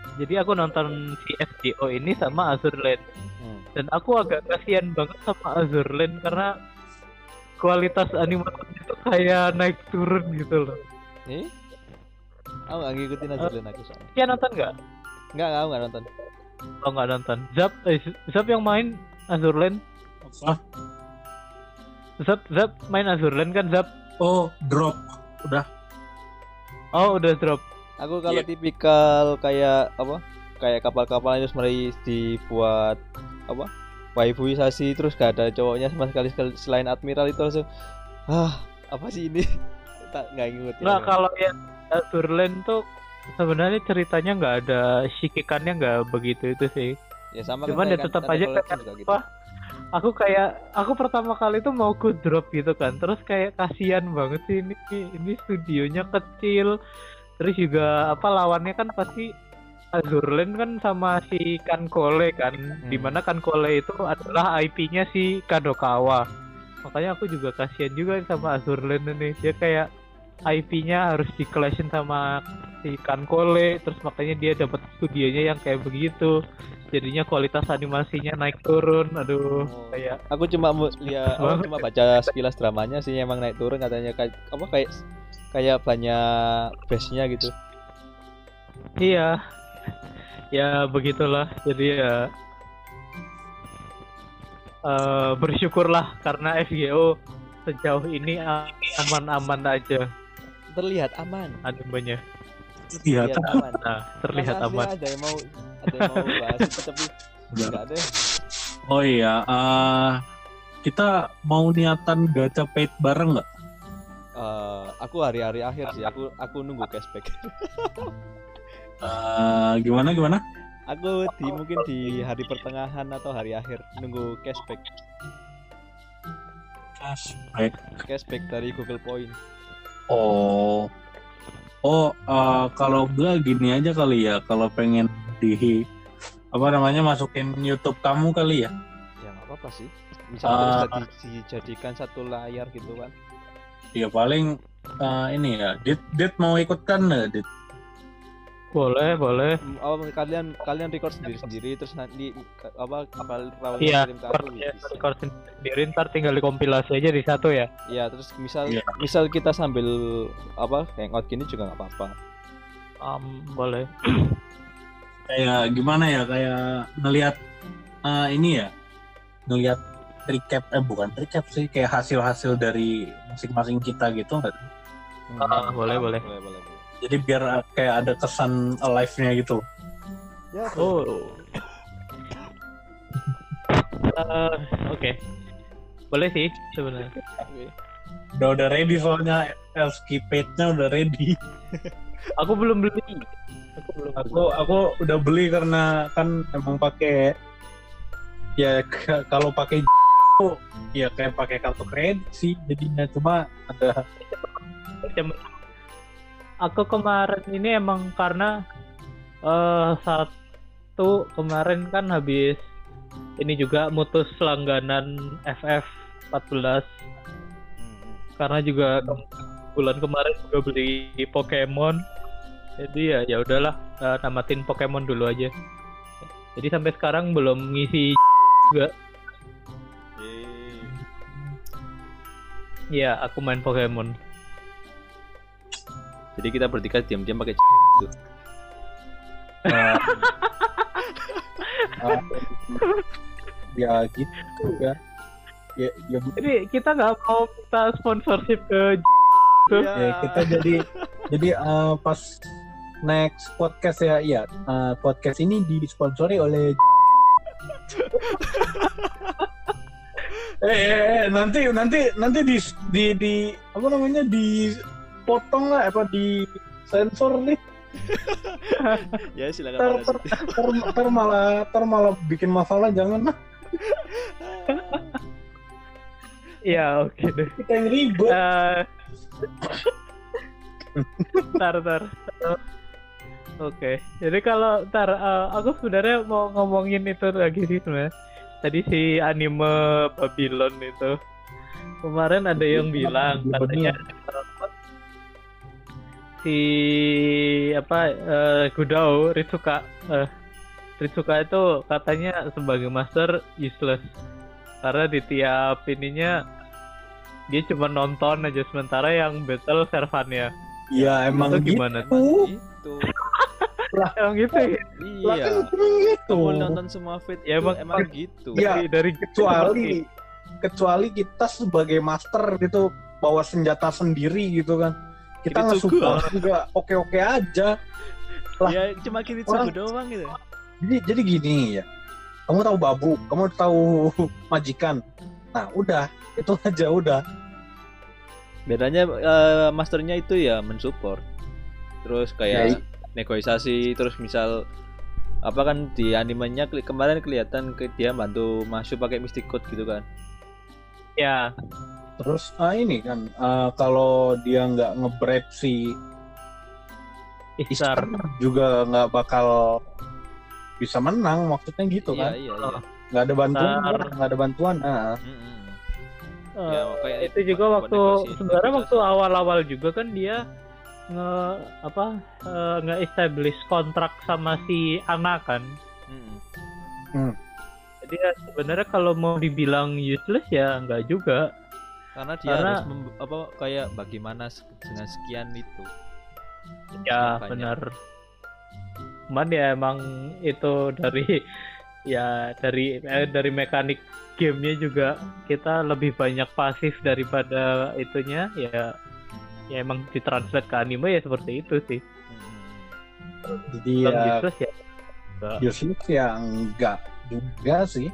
Speaker 1: Jadi aku nonton si F G O ini sama Azur Lane.
Speaker 2: Hmm.
Speaker 1: Dan aku agak kasihan banget sama Azur Lane karena kualitas animasinya itu kayak naik turun gitu loh.
Speaker 2: Nih, aku nggak ngikutin aja uh, aku soalnya.
Speaker 1: Iya nonton nggak?
Speaker 2: Nggak, aku nggak nonton.
Speaker 1: Oh nggak nonton. Zap, eh, Zap yang main Azur Lane.
Speaker 4: Apa?
Speaker 1: Zap, Zap main Azur Lane kan Zap?
Speaker 4: Oh, drop. Udah.
Speaker 1: Oh udah drop.
Speaker 2: Aku kalau
Speaker 4: Yeah.
Speaker 2: tipikal kayak apa? Kayak kapal-kapal terus mari dibuat apa? Waifuisasi terus gak ada cowoknya sama sekali selain admiral itu langsung ah apa sih ini? Tak nggak ngikutin.
Speaker 1: Nah kalau yang Azur Lane tuh sebenarnya ceritanya nggak ada shikikannya nggak begitu itu sih.
Speaker 2: Ya sama
Speaker 1: Cuman ya tetap aja kayak
Speaker 2: gitu.
Speaker 1: apa? Aku kayak aku pertama kali tuh mau ku drop gitu kan, terus kayak kasihan banget sih ini ini studionya kecil, terus juga apa lawannya kan pasti Azur Lane kan sama si Kankole kan, hmm. dimana Kankole itu adalah I P-nya si Kadokawa, makanya aku juga kasihan juga sama Azur Lane ini, dia kayak I P-nya harus di-clashin sama si Kankole, terus makanya dia dapat studionya yang kayak begitu. Jadinya kualitas animasinya naik turun, aduh, oh, kayak
Speaker 2: aku cuma lihat, aku cuma baca sekilas dramanya sih emang naik turun katanya kayak apa kayak kayak banyak base-nya gitu.
Speaker 1: Iya, ya begitulah. Jadi ya uh, bersyukurlah karena F G O sejauh ini aman-aman aja.
Speaker 2: Terlihat aman.
Speaker 1: Animenya.
Speaker 4: Terlihat
Speaker 2: aman.
Speaker 1: Nah, terlihat
Speaker 2: Masa
Speaker 1: aman.
Speaker 2: Ada yang mau ada yang mau bahas itu tapi enggak ada.
Speaker 4: Oh iya, uh, kita mau niatan gacha paid bareng nggak?
Speaker 2: Uh, aku hari-hari akhir sih, aku aku nunggu cashback.
Speaker 4: uh, gimana gimana?
Speaker 2: Aku di mungkin di hari pertengahan atau hari akhir nunggu cashback.
Speaker 4: Cashback.
Speaker 2: Cashback dari Google Point.
Speaker 4: Oh, oh, uh, kalau enggak gini aja kali ya, kalau pengen di apa namanya masukin YouTube kamu kali ya?
Speaker 2: Ya nggak apa-apa sih. Misalnya uh,
Speaker 4: Uh,
Speaker 2: dijadikan satu layar gitu kan.
Speaker 4: ya paling uh, ini ya, Dit, Dit mau ikut kan nggak, Dit?
Speaker 1: Boleh, boleh.
Speaker 2: Oh, kalian kalian record sendiri-sendiri terus nanti apa apa rawat
Speaker 1: Iya,
Speaker 2: kirim ke aku
Speaker 1: ya, record sendiri ntar tinggal dikompilasi aja di satu ya.
Speaker 2: Iya, terus misal
Speaker 4: Iya.
Speaker 2: misal kita sambil apa hangout gini juga nggak apa-apa.
Speaker 1: Um, boleh.
Speaker 4: Kayak gimana ya, kayak ngelihat uh, ini ya, ngelihat recap eh bukan recap sih, kayak hasil-hasil dari masing-masing kita gitu nggak?
Speaker 2: Hmm.
Speaker 1: Ah, boleh, boleh.
Speaker 2: Boleh, boleh, boleh.
Speaker 4: Jadi biar uh, kayak ada kesan alive-nya gitu.
Speaker 2: Ya,
Speaker 1: Oh. Uh, Oke. Okay. Boleh sih sebenarnya.
Speaker 2: Oke.
Speaker 4: Udah udah ready soalnya Elski page-nya udah ready.
Speaker 1: Aku belum beli. Aku belum.
Speaker 4: Aku aku udah beli karena kan emang pakai ya k- kalau pakai ya kayak pakai kartu kredit sih jadinya, cuma ada
Speaker 1: Aku kemarin ini emang karena uh, satu kemarin kan habis ini juga mutus langganan F F empat belas karena juga ke- bulan kemarin juga beli Pokemon, jadi ya ya udahlah uh, tamatin Pokemon dulu aja. Jadi sampai sekarang belum ngisi juga. Iya, aku main Pokemon.
Speaker 2: Jadi kita bertiga diam-diam pakai itu.
Speaker 4: uh, uh, ya gitu ya. Ya, ya,
Speaker 1: Jadi kita nggak mau minta sponsorship ke
Speaker 4: ya kita jadi jadi uh, pas next podcast ya, iya uh, podcast ini disponsori oleh eh, eh, eh nanti nanti nanti di di di apa namanya dipotong lah apa di sensor nih.
Speaker 2: Ya silakan.
Speaker 4: ter,
Speaker 2: Ter,
Speaker 4: ter, ter, ter malah ter malah bikin masalah, jangan lah.
Speaker 1: Ya oke deh.
Speaker 4: Kita yang ribet.
Speaker 1: Uh, tar tar. Uh, Oke. Jadi kalau tar uh, aku sebenarnya mau ngomongin itu lagi sih sebenarnya. Tadi si anime Babylon itu kemarin ada yang bilang katanya si apa eh, Gudao Ritsuka eh, Ritsuka itu katanya sebagai master useless karena di tiap ininya dia cuma nonton aja sementara yang battle servannya.
Speaker 3: Ya emang
Speaker 1: Itu
Speaker 3: gitu.
Speaker 1: gimana?
Speaker 2: Itu.
Speaker 1: Emang gitu ya?
Speaker 3: Lah
Speaker 2: Iya.
Speaker 3: kan gitu.
Speaker 2: Kamu nonton semua fit
Speaker 1: Ya,
Speaker 2: itu
Speaker 1: emang-
Speaker 2: emang gitu.
Speaker 3: Ya,
Speaker 1: Dari, dari
Speaker 3: kecuali kecuali kita sebagai master gitu bawa senjata sendiri gitu kan. Kita
Speaker 2: Kiritsugu.
Speaker 3: nge-support juga oke-oke aja. Lah.
Speaker 2: Ya cuma Kiritsugu
Speaker 3: Orang-
Speaker 2: doang gitu.
Speaker 3: Jadi jadi gini ya. Kamu tahu babu, kamu tahu majikan. Nah, udah, itu aja udah.
Speaker 2: Bedanya eh, masternya itu ya mensupport. Terus
Speaker 3: Ya,
Speaker 2: kayak
Speaker 3: i-
Speaker 2: negosiasi, terus misal apa kan di animenya keli- kemarin kelihatan ke dia bantu masuk pakai mystic code gitu kan.
Speaker 1: ya
Speaker 3: Terus ah ini kan ah, kalau dia nggak nge-bribe si
Speaker 1: Isar.
Speaker 3: Isar juga nggak bakal bisa menang, maksudnya gitu
Speaker 2: Iya
Speaker 3: kan.
Speaker 2: iya iya.
Speaker 3: Nggak ada bantuan,
Speaker 1: Isar.
Speaker 3: nggak ada bantuan. Ah.
Speaker 2: Mm-mm.
Speaker 1: Eh,
Speaker 2: Ya, kayak
Speaker 1: itu juga
Speaker 2: buat
Speaker 1: waktu
Speaker 2: negosiasi,
Speaker 1: sebenarnya
Speaker 2: negosiasi.
Speaker 1: waktu awal-awal juga kan dia nge apa eh, nge-establish kontrak sama si Ana kan.
Speaker 2: Mm-mm.
Speaker 1: Jadi ya sebenarnya kalau mau dibilang useless ya enggak juga.
Speaker 2: Karena dia
Speaker 1: Karena-
Speaker 2: harus mem- apa kayak bagaimana se- dengan sekian itu.
Speaker 1: Ya
Speaker 2: Banyak.
Speaker 1: benar. Cuman ya emang itu dari ya dari eh, dari mekanik gamenya juga kita lebih banyak pasif daripada itunya ya ya emang ditranslate ke anime ya seperti itu sih.
Speaker 2: Mm-mm.
Speaker 3: Jadi
Speaker 1: Kalau
Speaker 3: ya
Speaker 1: useless ya enggak.
Speaker 3: useless ya enggak juga sih.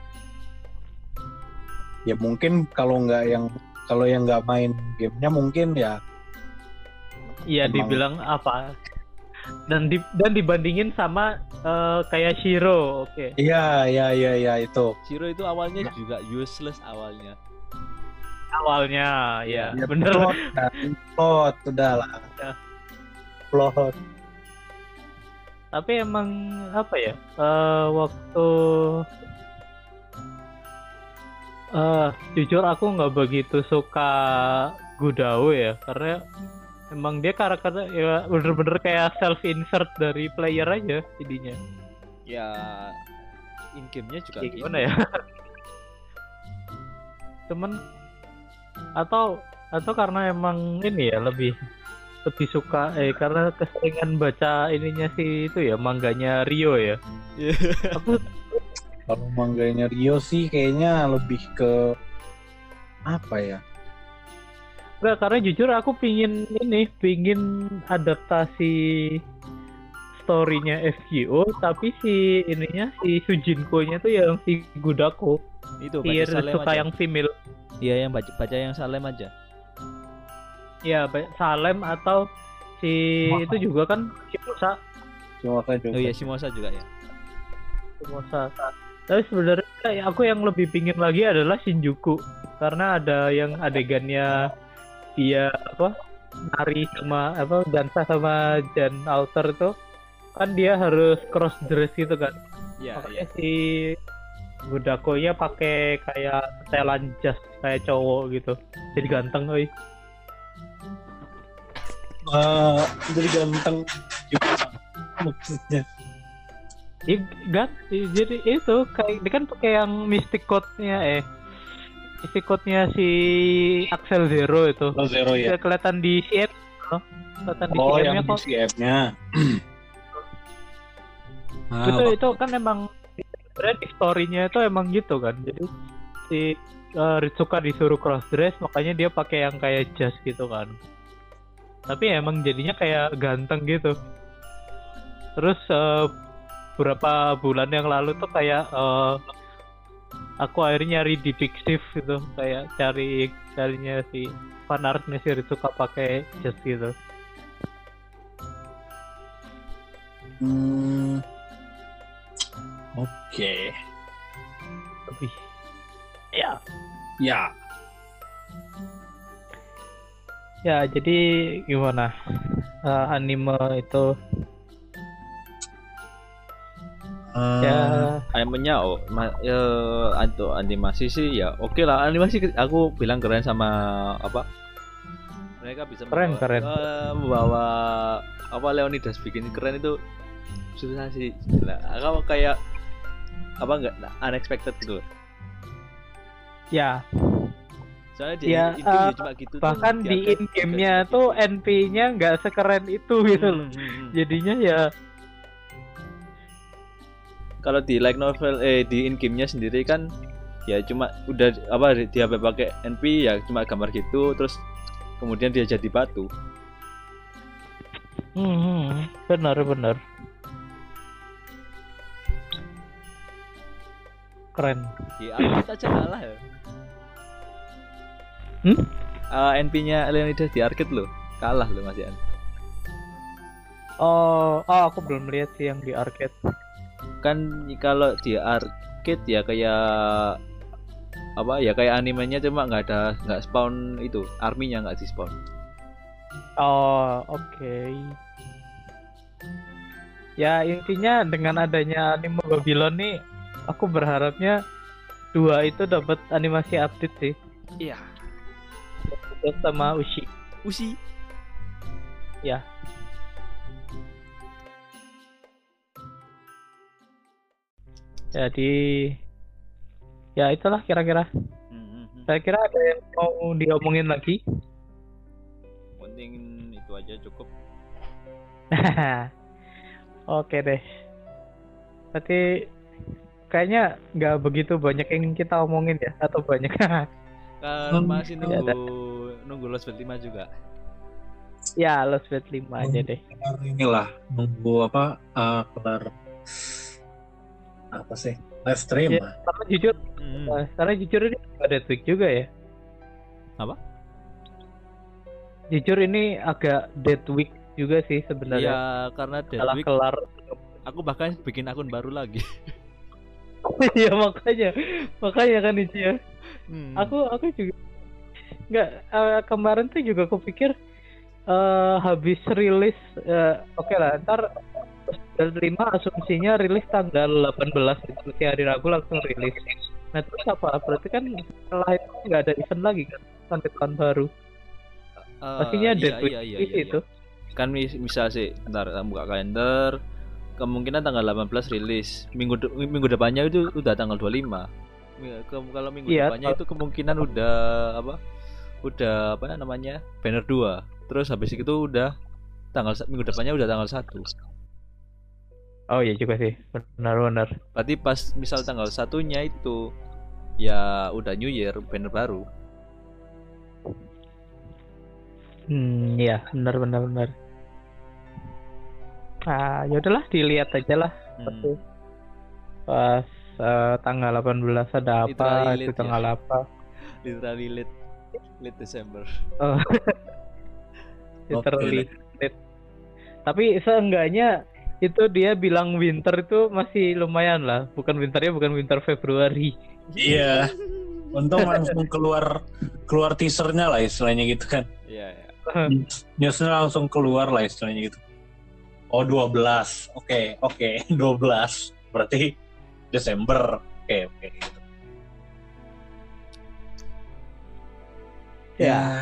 Speaker 3: Ya mungkin kalau nggak yang kalau yang nggak main gamenya mungkin ya
Speaker 1: Iya
Speaker 3: Emang-
Speaker 1: dibilang apa? Dan di, dan dibandingin sama eh, kayak Shiro, oke.
Speaker 3: iya iya iya iya itu.
Speaker 2: Shiro itu awalnya juga useless awalnya.
Speaker 1: Awalnya ya,
Speaker 3: Ya,
Speaker 1: bener.
Speaker 3: Plot, kan. plot udah lah.
Speaker 1: Ya.
Speaker 3: Plot.
Speaker 1: Tapi emang apa ya? eh, waktu eh jujur aku nggak begitu suka Gudao ya, karena emang dia karakternya ya bener-bener kayak self insert dari player aja jadinya.
Speaker 2: Ya in game-nya juga
Speaker 1: Kayak
Speaker 2: gitu.
Speaker 1: gimana ya? Cuman atau atau karena emang ini ya lebih lebih suka eh karena keseringan baca ininya sih itu ya mangganya Rio ya.
Speaker 2: Iya.
Speaker 1: Aku
Speaker 3: Kalau mangganya Rio sih kayaknya lebih ke apa ya?
Speaker 1: enggak, karena jujur aku pingin ini pingin adaptasi story-nya F G O tapi si ininya si Sujinko-nya tuh yang si Gudako,
Speaker 2: Itu
Speaker 1: si
Speaker 2: baca Salem
Speaker 1: suka
Speaker 2: aja.
Speaker 1: yang female.
Speaker 2: Iya yang baca baca yang Salem aja.
Speaker 1: Ya, ba- Salem atau si
Speaker 3: Wah.
Speaker 1: itu juga kan Shimosa,
Speaker 3: Cuma saya juga.
Speaker 2: Oh iya Shimosa juga ya.
Speaker 1: Shimosa. Tapi sebenarnya kayak aku yang lebih pingin lagi adalah Shinjuku karena ada yang adegannya dia apa nari sama apa dansa sama Jan Alter itu kan dia harus cross dress gitu kan.
Speaker 2: Iya
Speaker 1: Makanya
Speaker 2: iya.
Speaker 1: si Gudako-nya pakai kayak setelan jas kayak cowok gitu. Jadi ganteng euy.
Speaker 3: Eh, jadi ganteng juga maksudnya.
Speaker 1: Iya, gan, jadi itu kayak dia kan pakai yang Mystic Code-nya eh Mystic Code-nya si Axel Zero itu.
Speaker 3: Oh, Zero ya.
Speaker 1: Dia kelihatan di C M, loh. Kelihatan di
Speaker 3: Oh,
Speaker 1: C M-nya
Speaker 3: yang di
Speaker 1: kok.
Speaker 3: C F-nya. Ah,
Speaker 1: Itu itu kan emang sebenarnya di story-nya itu emang gitu kan. Jadi si eh, Ritsuka disuruh cross dress makanya dia pakai yang kayak jas gitu kan. Tapi emang jadinya kayak ganteng gitu. Terus eh, beberapa bulan yang lalu tuh kayak eh, aku akhirnya nyari di Pixiv gitu, kayak cari carinya si fan artnya si Ritsuka pakai jas gitu.
Speaker 3: Hmm. Oke.
Speaker 1: Lebih ya
Speaker 3: Ya.
Speaker 1: ya jadi gimana Eh, anime itu
Speaker 3: Eh,
Speaker 1: ya
Speaker 2: Animenya oh ma, ya, untuk animasi sih ya oke lah animasi ke- aku bilang keren sama apa mereka bisa
Speaker 1: Keren,
Speaker 2: membawa,
Speaker 1: keren.
Speaker 2: eh, membawa apa Leonidas bikin keren itu susah sih. Nah, kalau kayak apa enggak unexpected gitu.
Speaker 1: Ya,
Speaker 2: Soalnya di
Speaker 1: Ya,
Speaker 2: in-game
Speaker 1: uh,
Speaker 2: ya cuma gitu
Speaker 1: bahkan
Speaker 2: tuh,
Speaker 1: di
Speaker 2: diangkat
Speaker 1: in-game-nya
Speaker 2: juga
Speaker 1: tuh
Speaker 2: gitu.
Speaker 1: N P-nya nggak sekeren itu gitu loh.
Speaker 2: Hmm, hmm, hmm.
Speaker 1: Jadinya ya
Speaker 2: Kalau di light novel eh di in-game-nya sendiri kan ya cuma udah apa dia pakai N P ya cuma gambar gitu terus kemudian dia jadi batu.
Speaker 1: hmm, hmm, benar benar keren.
Speaker 2: Di arcade aja kalah ya.
Speaker 1: Hmm?
Speaker 2: Uh, N P-nya Leonidas di arcade loh kalah loh Mas Ian.
Speaker 1: Oh, oh aku belum lihat sih yang di arcade.
Speaker 2: Kan kalau di arcade ya kayak apa ya kayak animenya cuma nggak ada nggak spawn itu arminya nggak di spawn.
Speaker 1: Oh, oke. Ya intinya dengan adanya anime Babylon nih, aku berharapnya dua itu dapat animasi update sih.
Speaker 2: Iya.
Speaker 1: Terus sama Ushi.
Speaker 2: Usi.
Speaker 1: Ya. Jadi ya itulah kira-kira.
Speaker 2: Hmm, hmm, hmm.
Speaker 1: Saya kira ada yang mau diomongin lagi.
Speaker 2: Penting itu aja cukup.
Speaker 1: Oke deh. Berarti kayaknya nggak begitu banyak yang kita omongin ya, atau banyak?
Speaker 2: Kan
Speaker 4: Hmm,
Speaker 2: masih
Speaker 1: ya
Speaker 2: nunggu nunggu Lost Belt lima juga.
Speaker 1: Ya, Lost Belt lima aja deh.
Speaker 4: Kelar inilah nunggu apa uh, kelar apa sih live stream
Speaker 1: Ya,
Speaker 4: lah.
Speaker 1: karena jujur,
Speaker 2: Hmm.
Speaker 1: eh, karena jujur ini ada tweak juga ya.
Speaker 2: Apa?
Speaker 1: Jujur ini agak dead week juga sih
Speaker 2: Iya,
Speaker 1: sebenarnya.
Speaker 2: karena Dead
Speaker 1: Setelah
Speaker 2: Week
Speaker 1: kelar.
Speaker 2: aku bahkan bikin akun baru lagi.
Speaker 1: Iya makanya, makanya kan itu ya.
Speaker 2: Hmm.
Speaker 1: Aku aku juga nggak eh, kemarin tuh juga aku pikir eh, habis rilis eh, oke lah ntar tanggal lima asumsinya rilis tanggal delapan belas itu si hari Rabu langsung rilis. Nah terus apa? Berarti kan setelah itu nggak ada event lagi kan sampai tahun baru.
Speaker 2: Eh,
Speaker 1: Pastinya
Speaker 2: iya,
Speaker 1: dead week
Speaker 2: iya, iya,
Speaker 1: di
Speaker 2: iya,
Speaker 1: situ.
Speaker 2: iya. Kan mis- misal sih, ntar kita buka kalender, kemungkinan tanggal delapan belas rilis. Minggu de- minggu depannya itu udah tanggal dua puluh lima. Mi- ke- Kalau minggu
Speaker 1: Iya,
Speaker 2: depannya itu kemungkinan udah apa? Udah apa namanya? Banner dua. Terus habis itu udah tanggal sa- minggu depannya udah tanggal satu.
Speaker 1: Oh iya juga sih, benar-benar.
Speaker 2: Berarti pas misal tanggal satunya itu ya udah New Year, banner baru.
Speaker 1: Hmm, iya, benar-benar benar. Ah, ya udahlah dilihat aja lah.
Speaker 2: Hmm.
Speaker 1: Pas eh, tanggal delapan belas ada apa,
Speaker 2: Literally
Speaker 1: itu
Speaker 2: late,
Speaker 1: tanggal apa.
Speaker 2: Literally late late December.
Speaker 1: Oh. Literally late. Tapi seenggaknya itu dia bilang winter itu masih lumayan lah. Bukan winternya bukan winter Februari.
Speaker 4: Iya. Untung langsung keluar keluar teasernya lah istilahnya gitu kan.
Speaker 2: Iya, iya.
Speaker 4: Newsnya langsung keluar lah istilahnya gitu. Oh dua belas, oke oke dua belas, berarti Desember, oke oke. Gitu.
Speaker 1: Ya.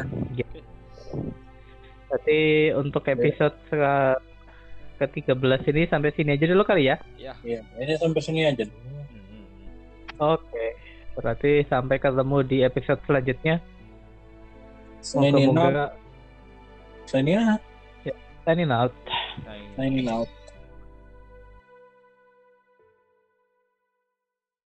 Speaker 1: Berarti untuk episode ke ke tiga belas ini sampai sini aja dulu kali ya.
Speaker 2: Ya.
Speaker 4: Iya, ini sampai sini aja dulu.
Speaker 2: Hmm, hmm, hmm.
Speaker 1: Oke. Berarti sampai ketemu di episode selanjutnya.
Speaker 4: Signing out.
Speaker 1: Moga-moga
Speaker 4: Signing out.
Speaker 1: signing out.
Speaker 2: Nah, ini.
Speaker 4: Signing out.